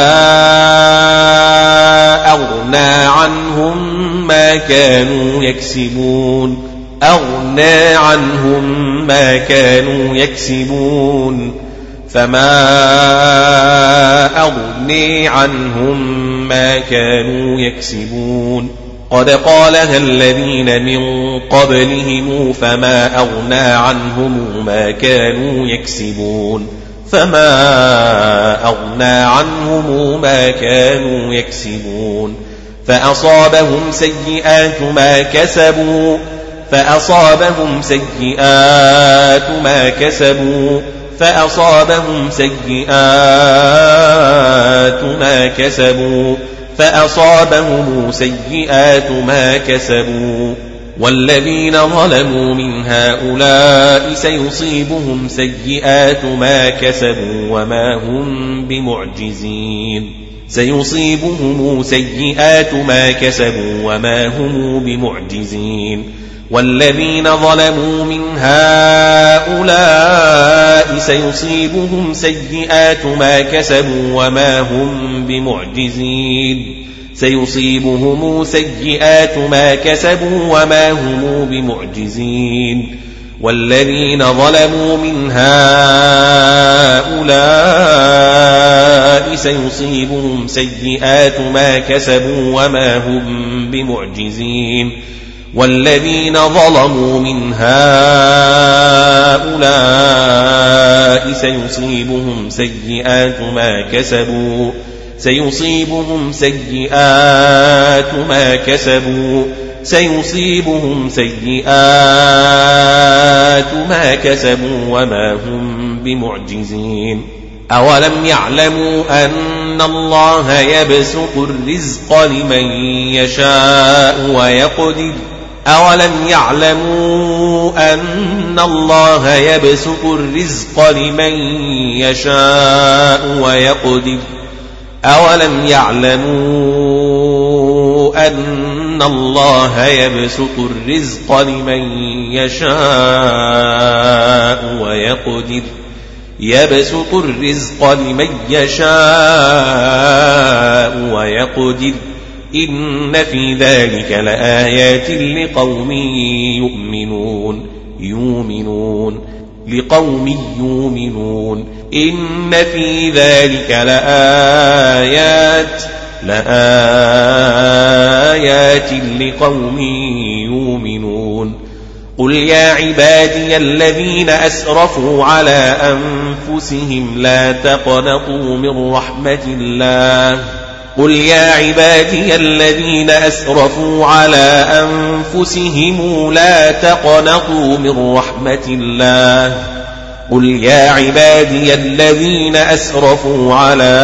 [SPEAKER 1] أغنى عنهم ما كانوا يكسبون أغنى عنهم ما كانوا يكسبون فما أغني عنهم ما كانوا يكسبون قد قالها الذين من قبلهم فما أغنى عنهم ما كانوا يكسبون فما أغنى عنهم ما كانوا يكسبون فأصابهم سيئات ما كسبوا فأصابهم سيئات ما كسبوا فأصابهم سيئات ما كسبوا فأصابهم سيئات ما كسبوا والذين ظلموا من هؤلاء سيصيبهم سيئات ما كسبوا وما هم بمعجزين سيصيبهم سيئات ما كسبوا وما هم بمعجزين والذين ظلموا من هؤلاء سيصيبهم سيئات ما كسبوا وما هم بمعجزين سيصيبهم سيئات ما كسبوا وما هم بمعجزين والذين ظلموا من هؤلاء سيصيبهم سيئات ما كسبوا وما هم بمعجزين والذين ظلموا من هؤلاء سيصيبهم سيئات ما كسبوا سيصيبهم سيئات ما كسبوا سيصيبهم سيئات ما كسبوا وما هم بمعجزين أولم يعلموا أن الله يبسط الرزق لمن يشاء ويقدر أولم يعلموا أن الله يبسط الرزق لمن يشاء ويقدر أولم يعلموا أن الله يبسط الرزق لمن يشاء ويقدر يبسط الرزق لمن يشاء ويقدر إن في ذلك لآيات لقوم يؤمنون يؤمنون لقوم يؤمنون إن في ذلك لآيات لآيات لقوم يؤمنون قل يا عبادي الذين أسرفوا على أنفسهم لا تقنطوا من رحمة الله قل يا عبادي الذين أسرفوا على أنفسهم لا تقنطوا من رحمة الله قل يا عبادي الذين أسرفوا على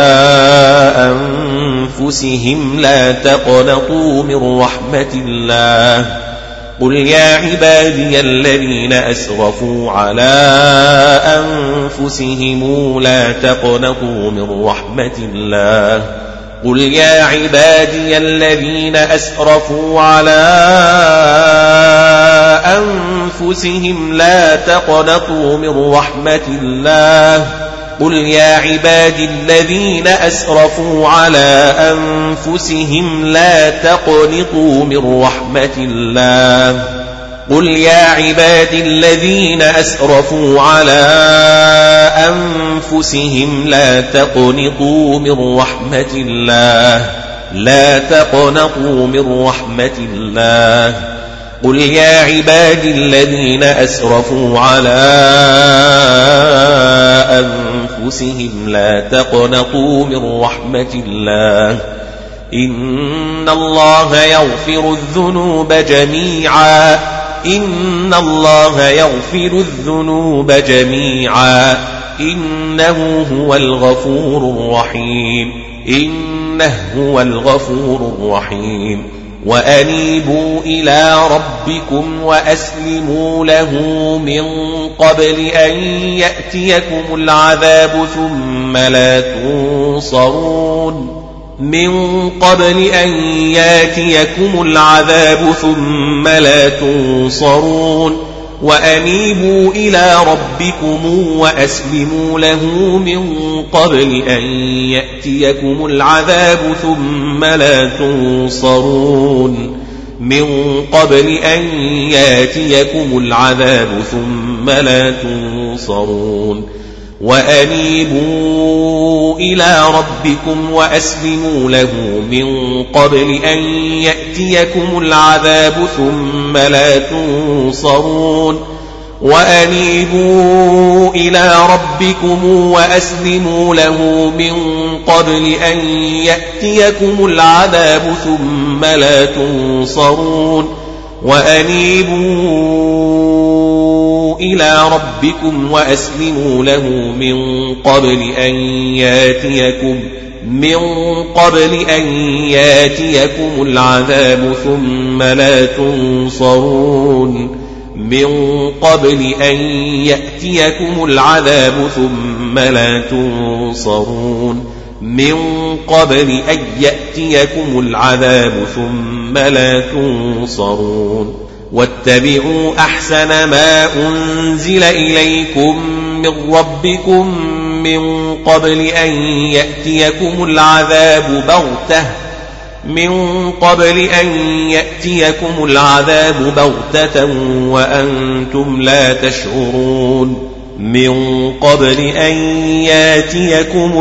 [SPEAKER 1] أنفسهم لا تقنطوا من رحمة الله قل يا عبادي الذين أسرفوا على أنفسهم لا تقنطوا من رحمة الله قل يا عبادي الذين أسرفوا على أنفسهم لا تقنطوا من رحمة الله قل يا عبادي الذين أسرفوا على أنفسهم لا تقنطوا من رحمة الله قل يا عبادي الذين أسرفوا على أنفسهم لا تقنطوا من رحمة الله لا تقنطوا من رحمة الله قل يا عبادي الذين أسرفوا على أنفسهم لا تقنطوا من رحمة الله إن الله يغفر الذنوب جميعا إن الله يغفر الذنوب جميعا إنه هو الغفور الرحيم إنه هو الغفور الرحيم وأنيبوا إلى ربكم وأسلموا له من قبل أن يأتيكم العذاب ثم لا تنصرون من قبل أن يأتيكم العذاب ثم لا تنصرون وأنيبوا إلى ربكم وأسلموا له من قبل أن يأتيكم العذاب ثم لا تنصرون من قبل أن يأتيكم العذاب ثم لا تنصرون وأنيبوا إلى ربكم وأسلموا له من قبل أن يأتيكم العذاب ثم لا تنصرون وأنيبوا إلى ربكم وأسلموا له من قبل أن يأتيكم العذاب ثم لا تنصرون وأنيبوا إلى ربكم وأسلموا له من قبل أن يأتيكم من قبل أن يأتيكم العذاب ثم لا تنصرون من قبل أن يأتيكم العذاب ثم لا تنصرون من قبل أن يأتيكم العذاب ثم لا تنصرون واتبعوا أحسن ما أنزل إليكم من ربكم من قبل أن يأتيكم العذاب بغتة من قبل أن يأتيكم العذاب بغتة وأنتم لا تشعرون من قبل أن يأتيكم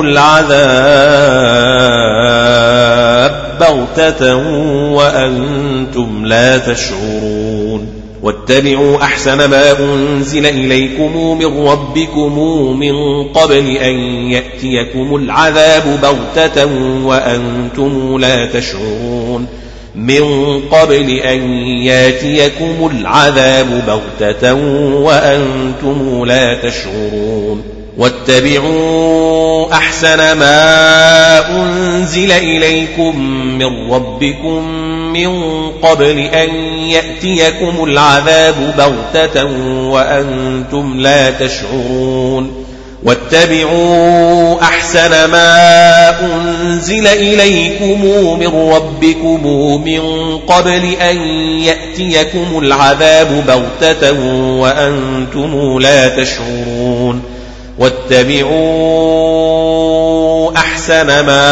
[SPEAKER 1] العذاب بغتة وأنتم لا تشعرون واتبعوا أحسن ما أنزل إليكم من ربكم من قبل أن يأتيكم العذاب بغتة وأنتم لا تشعرون من قبل أن يأتيكم العذاب بغتة وأنتم لا تشعرون واتبعوا أحسن ما أنزل إليكم من ربكم من قبل أن يأتيكم العذاب بغتة وأنتم لا تشعرون واتبعوا أحسن ما أنزل إليكم من ربكم من قبل أن يأتيكم العذاب بغتة وأنتم لا تشعرون واتبعوا أحسن ما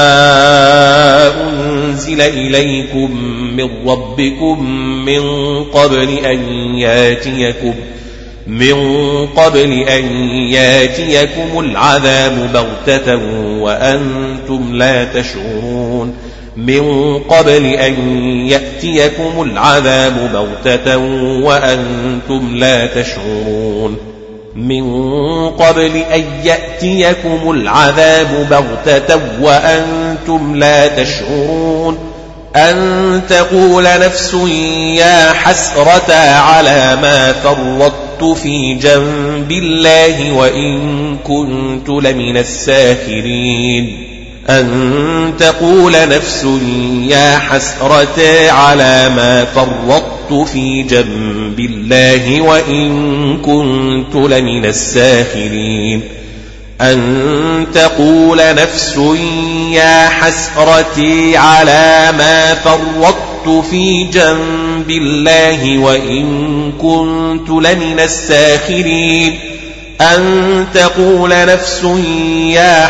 [SPEAKER 1] أنزل إليكم من ربكم من قبل أن ياتيكم من قبل أن ياتيكم العذاب بغتة وأنتم لا تشعرون من قبل أن يأتيكم العذاب بغتة وأنتم لا تشعرون من قبل أن يأتيكم العذاب بغتة وأنتم لا تشعرون أن تقول نفس يا حسرة على ما فرطت في جنب الله وإن كنت لمن الساخرين أن تقول نفس يا حسرة على ما فرطت في جنب الله وإن كنت لمن الساخرين أن تقول نفس يا حسرتي على ما فرطت في جنب الله وإن كنت لمن الساخرين أن تقول نفس يا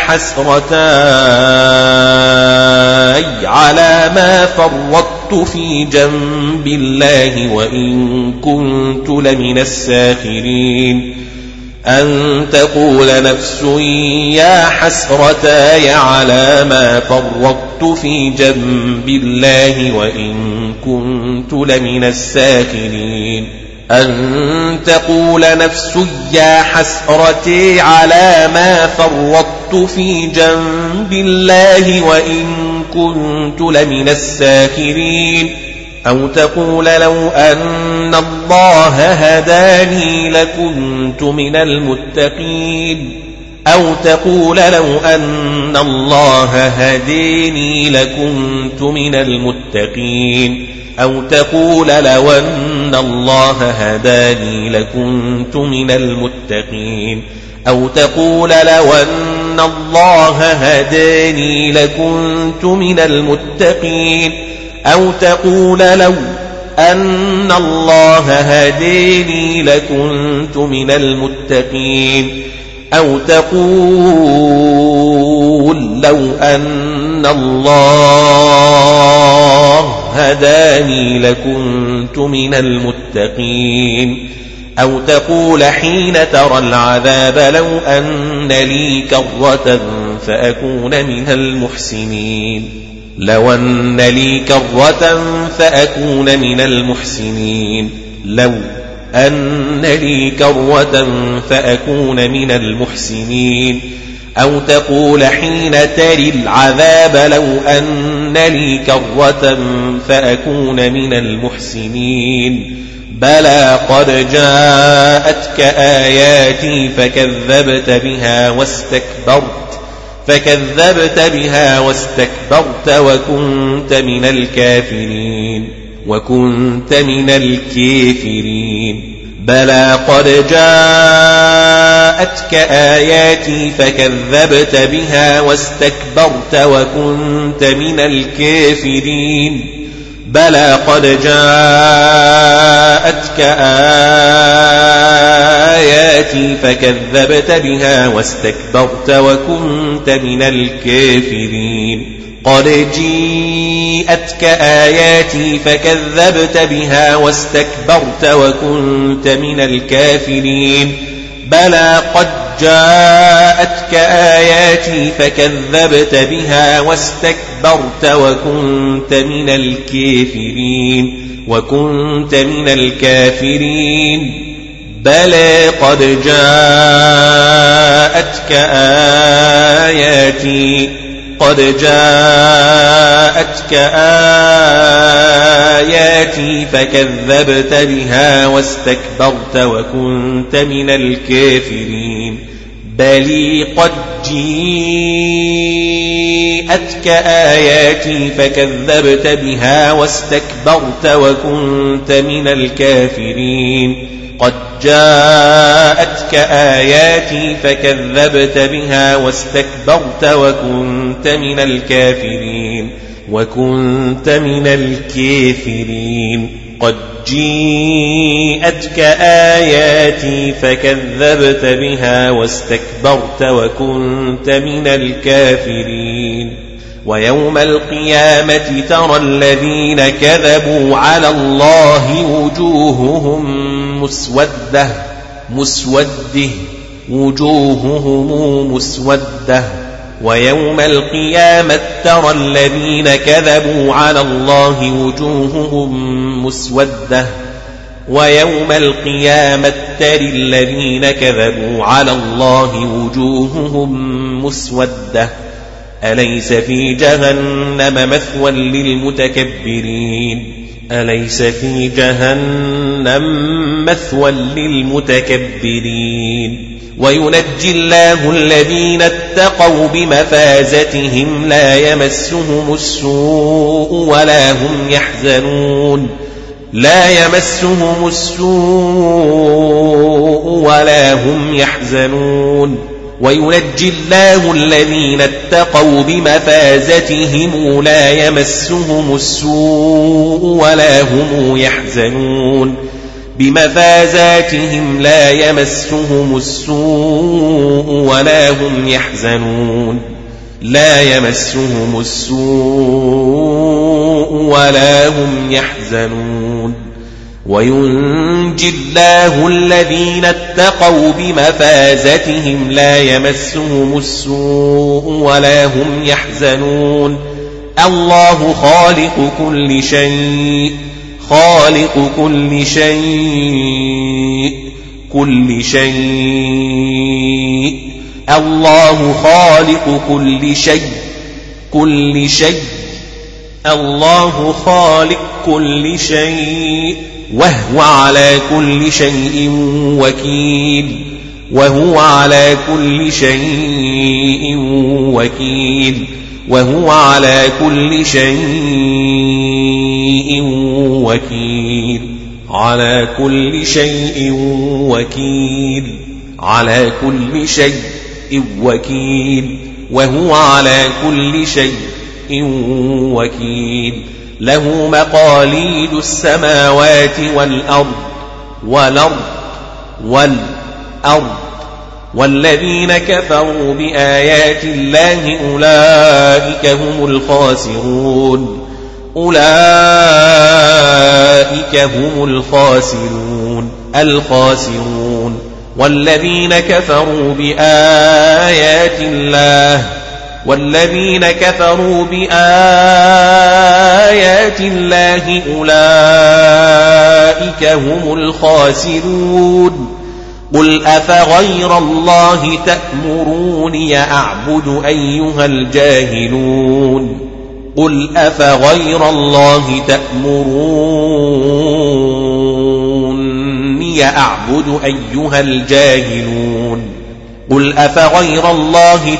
[SPEAKER 1] حسرتي على ما فرطت في جنب الله وإن كنت لمن الساخرين أن تقول نفس يا حسرتي على ما فرطت في جنب الله وإن كنت لمن الساخرين أن تقول نفس يا حسرتي على ما فرطت في جنب الله وإن كنت لمن الساخرين أو تقول لو أن الله هداني لكنت من المتقين أو تقول لو أن الله هديني لكنت من المتقين أو تقول لو أن الله هداني لكنت من المتقين أو تقول لو أن الله هداني لكنت من المتقين أو تقول لو أن الله هديني لكنت من المتقين أو تقول لو أن الله هداني لكنت من المتقين أو تقول حين ترى العذاب لو أن لي كرة فأكون من المحسنين لو أن لي كرة فأكون من المحسنين لو أن لي كرة فأكون من المحسنين أو تقول حين تري العذاب لو أن لي كرة فأكون من المحسنين بلى قد جاءتك آياتي فكذبت بها واستكبرت فكذبت بها واستكبرت وكنت من الكافرين وكنت من الكافرين بلى قد جاءتك آياتي فكذبت بها واستكبرت وكنت من الكافرين بلى قد جاءتك آياتي فكذبت بها واستكبرت وكنت من الكافرين قد جيءتك آياتي فكذبت بها واستكبرت وكنت من الكافرين بلى قد جاءتك آياتي فكذبت بها واستكبرت وكنت من الكافرين وكنت من الكافرين بلى قد جاءتك آياتي قد جاءتك آياتي فكذبت بها واستكبرت وكنت من الكافرين بل قد جيءتك آياتي فكذبت بها واستكبرت وكنت من الكافرين قد جاءتك آياتي فكذبت بها واستكبرت وكنت من الكافرين وكنت من الكافرين قد جيءتك آياتي فكذبت بها واستكبرت وكنت من الكافرين ويوم القيامة ترى الذين كذبوا على الله وجوههم مسودة مسوده وجوههم مسودة ويوم القيامة ترى الذين كذبوا على الله وجوههم مسودة ويوم القيامة ترى الذين كذبوا على الله وجوههم مسودة أليس في جهنم مثوى للمتكبرين أليس في جهنم مثوى للمتكبرين وينجي الله الذين اتقوا بمفازتهم لا يمسهم السوء ولا هم يحزنون لا يمسهم السوء ولا هم يحزنون وينجي الله الذين اتقوا بمفازتهم لا يمسهم السوء ولا هم يحزنون بمفازاتهم لا يمسهم السوء ولا هم يحزنون لا يمسهم السوء ولا هم يحزنون وينجي الله الذين اتقوا بمفازتهم لا يمسهم السوء ولا هم يحزنون الله خالق كل شيء خالق كل شيء كل شيء الله خالق كل شيء كل شيء الله خالق كل شيء وهو على كل شيء وكيل وهو على كل شيء وكيل وهو على كل شيء وكيل على كل شيء وكيل على كل شيء وكيل وهو على كل شيء وكيل له مقاليد السماوات والأرض والأرض والأرض والذين كفروا بآيات الله أولئك هم الخاسرون أولئك هم الخاسرون الخاسرون والذين كفروا بآيات الله والذين كفروا بآيات الله أولئك هم الخاسرون قل أفغير الله تأمروني أعبد أيها الجاهلون قل أفغير الله تأمروني أعبد أيها الجاهلون قل أفغير الله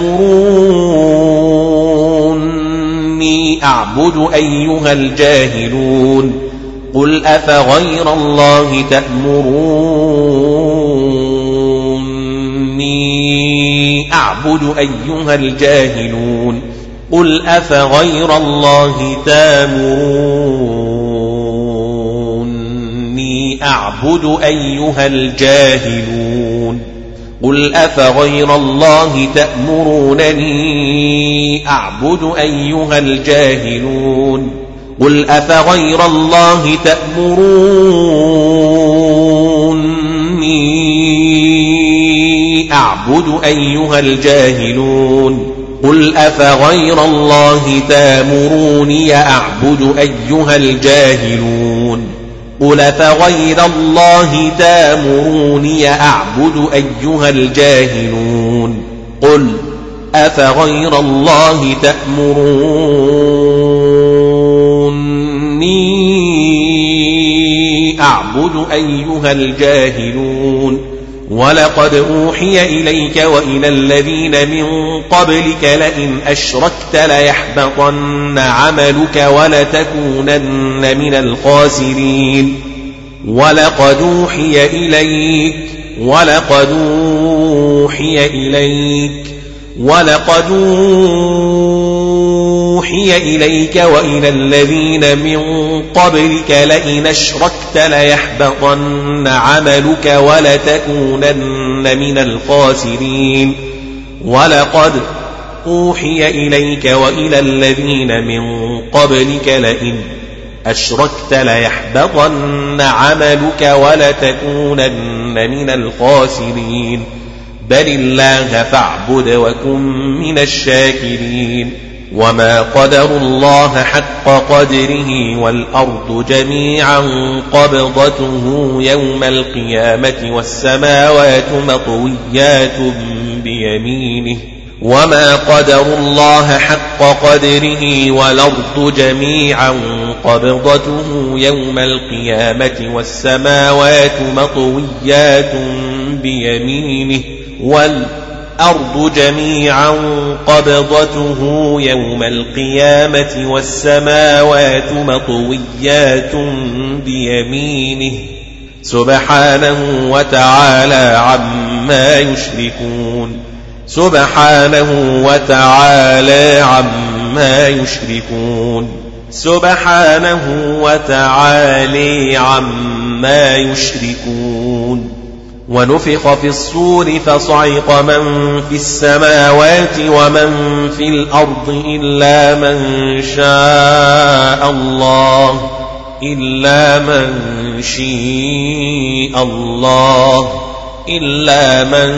[SPEAKER 1] تأمروني أعبد أيها الجاهلون قل أفغير الله تأمروني أعبد أيها الجاهلون قل أفغير الله تأمروني أعبد أيها الجاهلون قل أفغير الله تأمرونني أعبد أيها الجاهلون قل أفغير الله تأمروني أعبد أيها الجاهلون قل أفغير الله تأمروني أعبد أيها الجاهلون قل أفغير الله تأمروني أعبد أيها الجاهلون قل أفغير الله تأمروني أعبد أيها الجاهلون ولقد أوحي إليك وإلى الذين من قبلك لئن أشركت ليحبطن عملك ولتكونن من الخاسرين ولقد أوحي إليك ولقد أوحي إليك ولقد أوحي إليك وإلى الذين من قبلك لئن أشركت ليحبطن عملك ولتكونن من الخاسرين ولقد أوحي إليك وإلى الذين من قبلك لئن أشركت ليحبطن عملك ولتكونن من الخاسرين بل الله فاعبد وكن من الشاكرين وما قدروا الله حق قدره والأرض جميعا قبضته يوم القيامة والسماوات مطويات بيمينه وما قدروا الله حق قدره والأرض جميعا قبضته يوم القيامة والسماوات مطويات بيمينه والأرض جميعا قبضته يوم القيامة والسماوات مطويات بيمينه سبحانه وتعالى عما يشركون سبحانه وتعالى عما يشركون سبحانه وتعالى عما يشركون ونفخ في الصور فصعق من في السماوات ومن في الأرض إلا من شاء الله إلا من شاء الله إلا من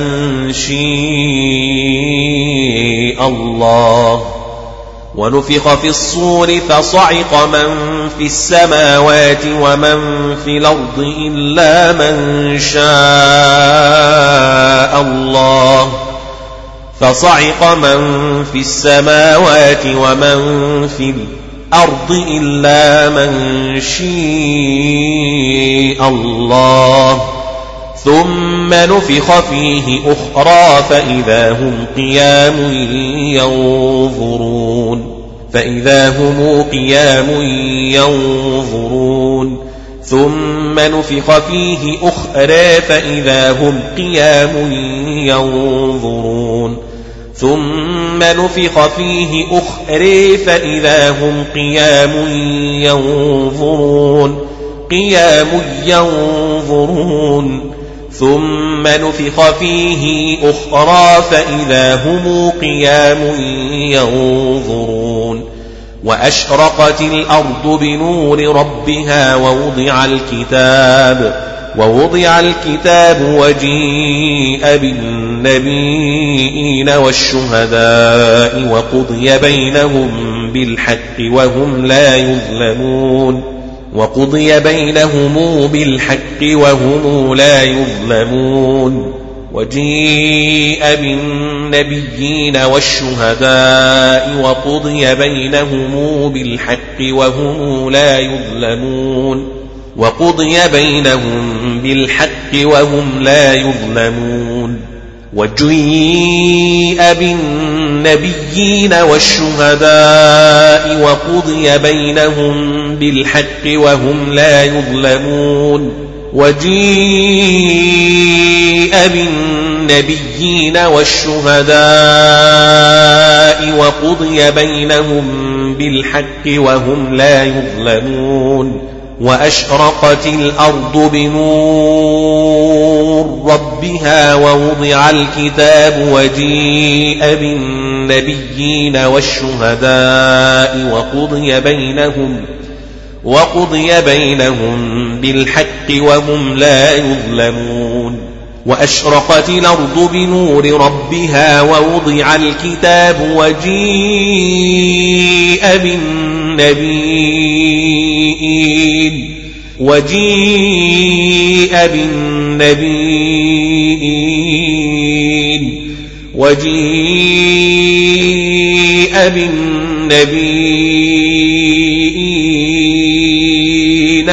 [SPEAKER 1] شاء الله ونفخ في الصور فصعق من في السماوات ومن في الأرض إلا من شاء الله فصعق من في السماوات ومن في الأرض إلا من شاء الله ثم نفخ فيه أخرى فإذا هم قيام ينظرون فإذا هم قيام ينظرون ثم نفخ فيه أخرى فإذا هم قيام ينظرون ثم نفخ فيه أخرى فإذا هم قيام ينظرون قيام ينظرون ثم نفخ فيه أخرى فإذا هم قيام ينظرون وأشرقت الأرض بنور ربها ووضع الكتاب ووضع الكتاب وجيء بالنبيين والشهداء وقضي بينهم بالحق وهم لا يظلمون وقضي بينهم بالحق وهم لا يظلمون وجيء بالنبيين والشهداء وقضي بينهم بالحق وهم لا يظلمون وقضي بينهم بالحق وهم لا يظلمون وجيء بالنبيين والشهداء وقضي بينهم بالحق وهم لا يظلمون وجيء بالنبيين والشهداء وقضي بينهم بالحق وهم لا يظلمون وأشرقت الأرض بنور ربها ووضع الكتاب وجيء بالنبيين والشهداء وقضي بينهم وقضي بينهم بالحق وهم لا يظلمون وأشرقت الأرض بنور ربها ووضع الكتاب وجيء بالنبيين وجيء بالنبيين وجيء بالنبيين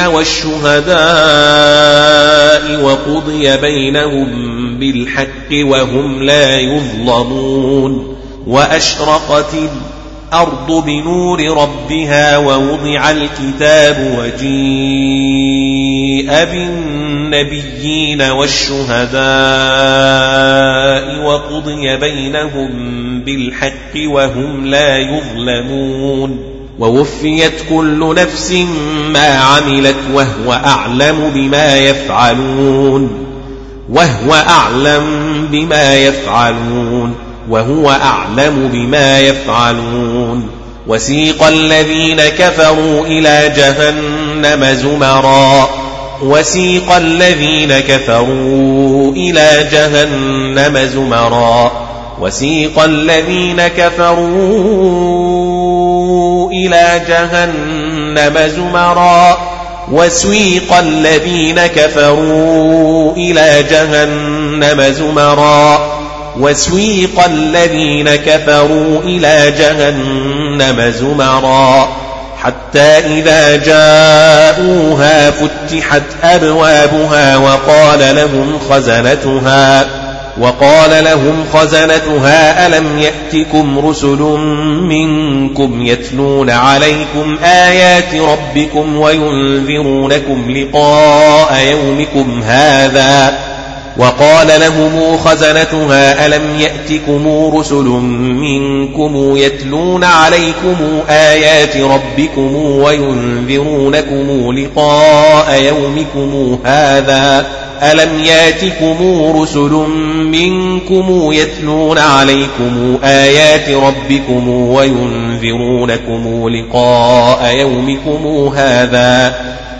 [SPEAKER 1] والشهداء وقضي بينهم بالحق وهم لا يظلمون وأشرقت الأرض بنور ربها ووضع الكتاب وجيء بالنبيين والشهداء وقضي بينهم بالحق وهم لا يظلمون ووفيت كل نفس ما عملت وهو أعلم بما يفعلون وهو أعلم بما يفعلون وهو أعلم بما يفعلون وسيق الذين كفروا إلى جهنم زمرا وسيق الذين كفروا إلى جهنم زمرا وسيق الذين كفروا إلى جهنم زمرا وسيق الذين كفروا إلى جهنم زمرا وسيق الذين كفروا إلى جهنم زمرا حتى إذا جاءوها فتحت أبوابها وقال لهم خزنتها وقال لهم خزنتها ألم يأتكم رسل منكم يتلون عليكم آيات ربكم وينذرونكم لقاء يومكم هذا وقال لهم خزنتها ألم يأتكم رسل منكم يتلون عليكم آيات ربكم وينذرونكم لقاء يومكم هذا ألم يأتكم رسل منكم يتلون عليكم آيات ربكم وينذرونكم لقاء يومكم هذا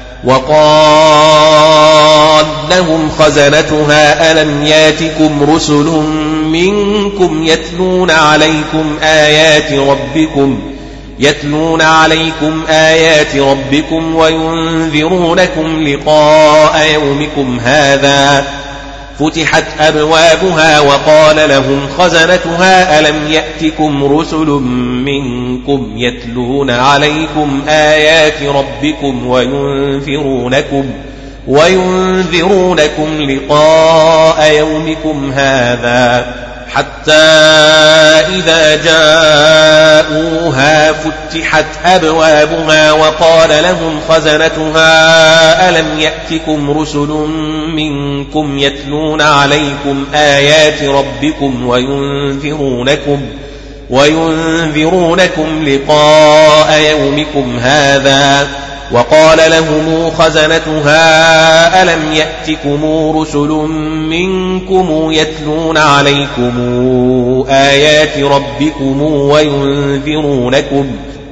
[SPEAKER 1] وقال لهم خزنتها ألم ياتكم رسل منكم يتلون عليكم آيات ربكم يتلون عليكم آيات ربكم وينذرونكم لقاء يومكم هذا فتحت أبوابها وقال لهم خزنتها ألم يأتكم رسل منكم يتلون عليكم آيات ربكم وينذرونكم وينذرونكم لقاء يومكم هذا حتى إذا جاءوها فتحت أبوابها وقال لهم خزنتها ألم يأتكم رسل منكم يتلون عليكم آيات ربكم وينذرونكم وينذرونكم لقاء يومكم هذا وقال لهم خزنتها ألم يأتكم رسل منكم يتلون عليكم آيات ربكم وينذرونكم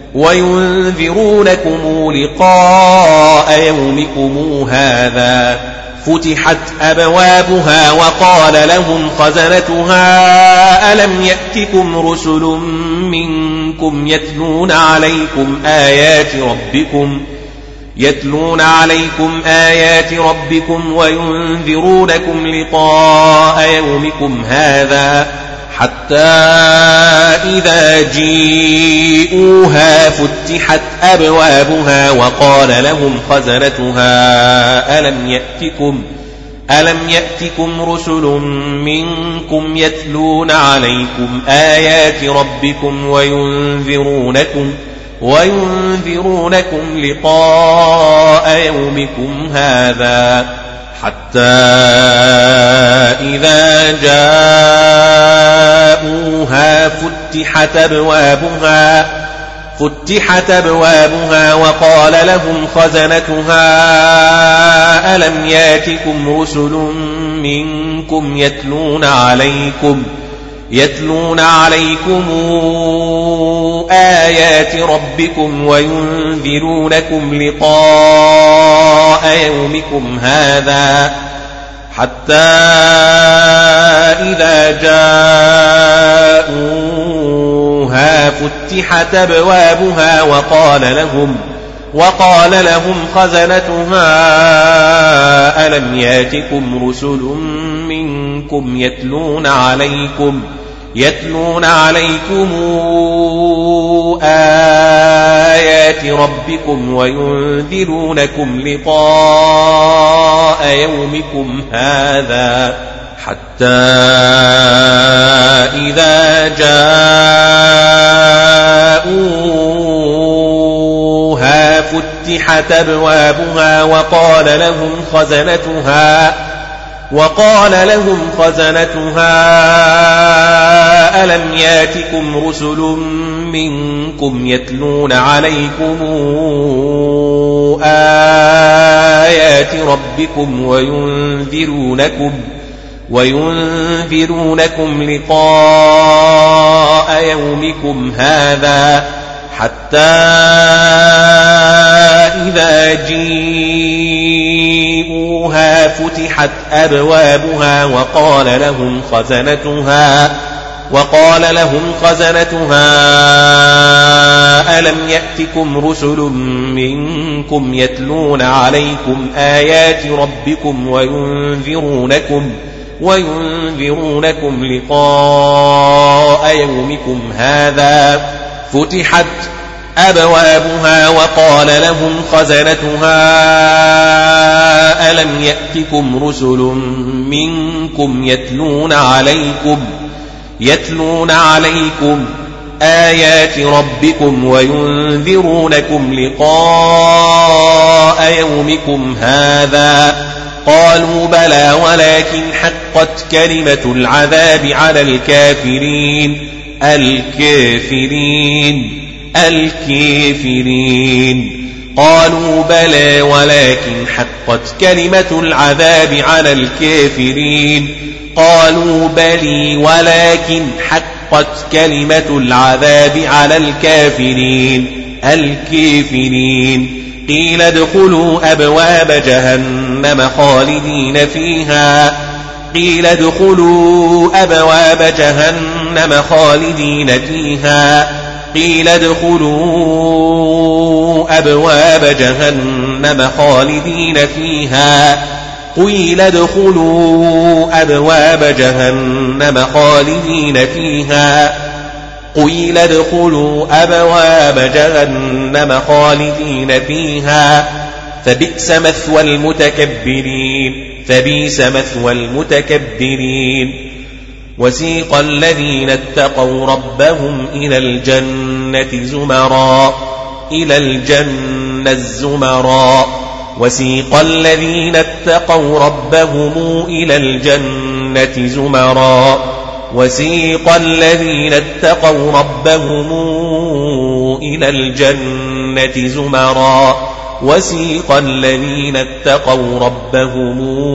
[SPEAKER 1] وينذرونكم لقاء يومكم هذا فتحت أبوابها وقال لهم خزنتها ألم يأتكم رسل منكم يتلون عليكم آيات ربكم يتلون عليكم آيات ربكم وينذرونكم لقاء يومكم هذا حتى إذا جيءوها فتحت أبوابها وقال لهم خزنتها ألم يأتكم ألم يأتكم رسل منكم يتلون عليكم آيات ربكم وينذرونكم وينذرونكم لقاء يومكم هذا حتى إذا جاءوها فتحت أبوابها فتحت أبوابها وقال لهم خزنتها ألم ياتكم رسل منكم يتلون عليكم يتلون عليكم آيات ربكم وينذرونكم لقاء يومكم هذا حتى إذا جاءوها فتحت أبوابها وقال لهم وقال لهم خزنتها ألم ياتكم رسل منكم يتلون عليكم يتلون عليكم آيات ربكم وينذرونكم لقاء يومكم هذا حتى إذا جاءوها فتحت أبوابها وقال لهم خزنتها وقال لهم خزنتها ألم ياتكم رسل منكم يتلون عليكم آيات ربكم وينذرونكم وينذرونكم لقاء يومكم هذا حتى إذا جيءوها فتحت أبوابها وقال لهم خزنتها وقال لهم خزنتها ألم يأتكم رسل منكم يتلون عليكم آيات ربكم وينذرونكم وينذرونكم لقاء يومكم هذا فتحت أبوابها وقال لهم خزنتها ألم يأتكم رسل منكم يتلون عليكم يتلون عليكم آيات ربكم وينذرونكم لقاء يومكم هذا قالوا بلى ولكن حقت كلمة العذاب على الكافرين الكافرين الكافرين قالوا بلى ولكن حقت كلمة العذاب على الكافرين قالوا بلي ولكن حقت كلمة العذاب على الكافرين الكافرين قيل ادخلوا أبواب جهنم خالدين فيها قيل ادخلوا أبواب جهنم خالدين فيها قيل ادخلوا أبواب جهنم خالدين فيها قيل ادخلوا أبواب جهنم خالدين فيها قيل ادخلوا أبواب جهنم خالدين فيها فبئس مثوى المتكبرين فبئس مثوى المتكبرين وسيق الذين اتقوا ربهم إلى الجنة زمرا إلى الجنة الزمرا وسيق الذين اتقوا ربهم إلى الجنة زمرا وسيق الذين اتقوا ربهم إلى الجنة زمرا وسيق الذين اتقوا ربهم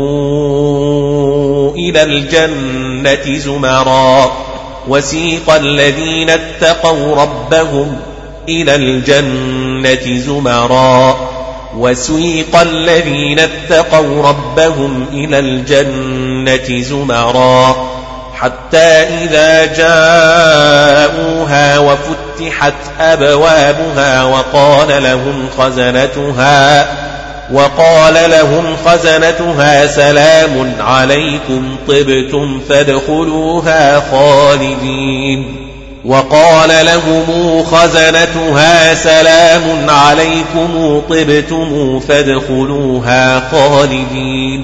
[SPEAKER 1] إلى الجنة زمرا وسيق الذين اتقوا ربهم إلى الجنة زمرا وسيق الذين اتقوا ربهم إلى الجنة زمرا حتى إذا جاءوها وفتحت أبوابها وقال لهم خزنتها وقال لهم خزنتها سلام عليكم طبتم فادخلوها خالدين وقال لهم خزنتها سلام عليكم طبتم فادخلوها خالدين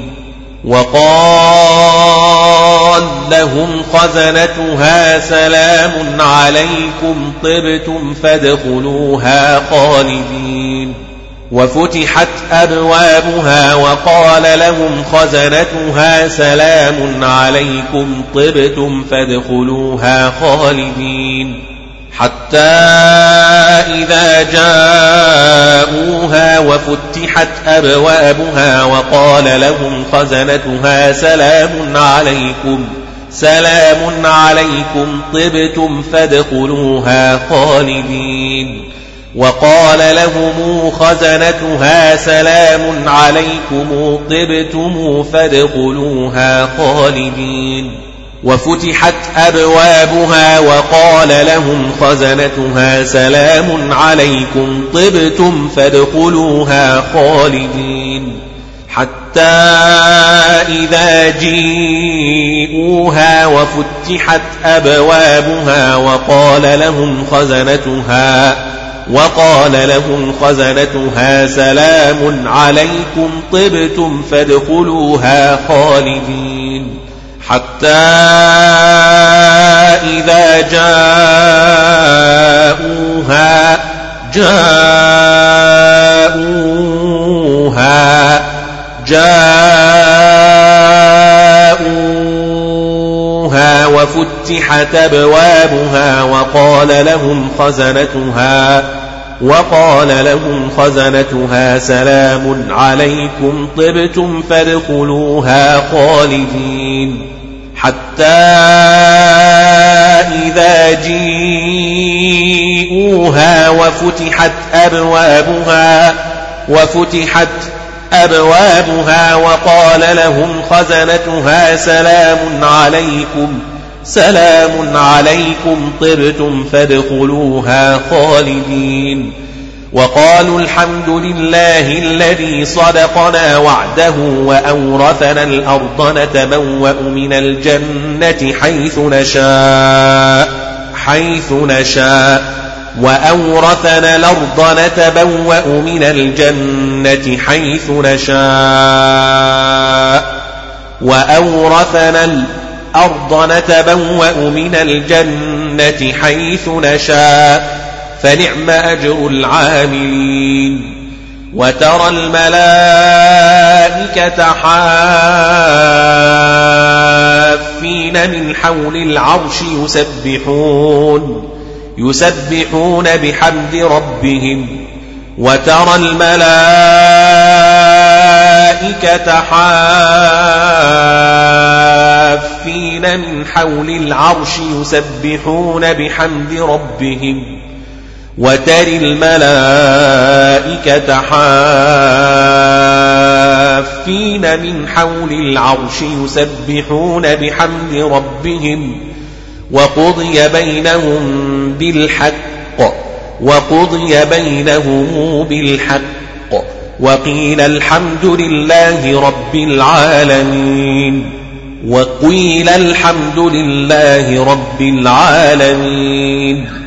[SPEAKER 1] وقال لهم خزنتها سلام عليكم طبتم فادخلوها خالدين وفتحت أبوابها وقال لهم خزنتها سلام عليكم طبتم فادخلوها خالدين حتى إذا جاءوها وفتحت أبوابها وقال لهم خزنتها سلام عليكم سلام عليكم طبتم فادخلوها خالدين وقال لهم خزنتها سلام عليكم طبتم فادخلوها خالدين وفتحت أبوابها وقال لهم خزنتها سلام عليكم طبتم فادخلوها خالدين حتى إذا جيءوها وفتحت أبوابها وقال لهم خزنتها وقال لهم خزنتها سلام عليكم طبتم فادخلوها خالدين حتى إذا جاءوها جاءوها جاءوها وفتحت أبوابها وقال لهم خزنتها وقال لهم خزنتها سلام عليكم طبتم فادخلوها خالدين حتى إذا جيءوها وفتحت أبوابها وفتحت أبوابها وقال لهم خزنتها سلام عليكم سلام عليكم طبتم فادخلوها خالدين وقالوا الحمد لله الذي صدقنا وعده وأورثنا الأرض نتبوأ من الجنة حيث نشاء حيث نشاء وأورثنا الأرض نتبوأ من الجنة حيث نشاء وأورثنا الأرض نتبوأ من الجنة حيث نشاء فنعم أجر العاملين وترى الملائكة حافين من حول العرش يسبحون يسبحون بحمد ربهم وترى الملائكة حافين من حول العرش يسبحون بحمد ربهم وترى الملائكة حافين من حول العرش يسبحون بحمد ربهم وقضي بينهم بالحق وقضي بينهم بالحق وقيل الحمد لله رب العالمين وقيل الحمد لله رب العالمين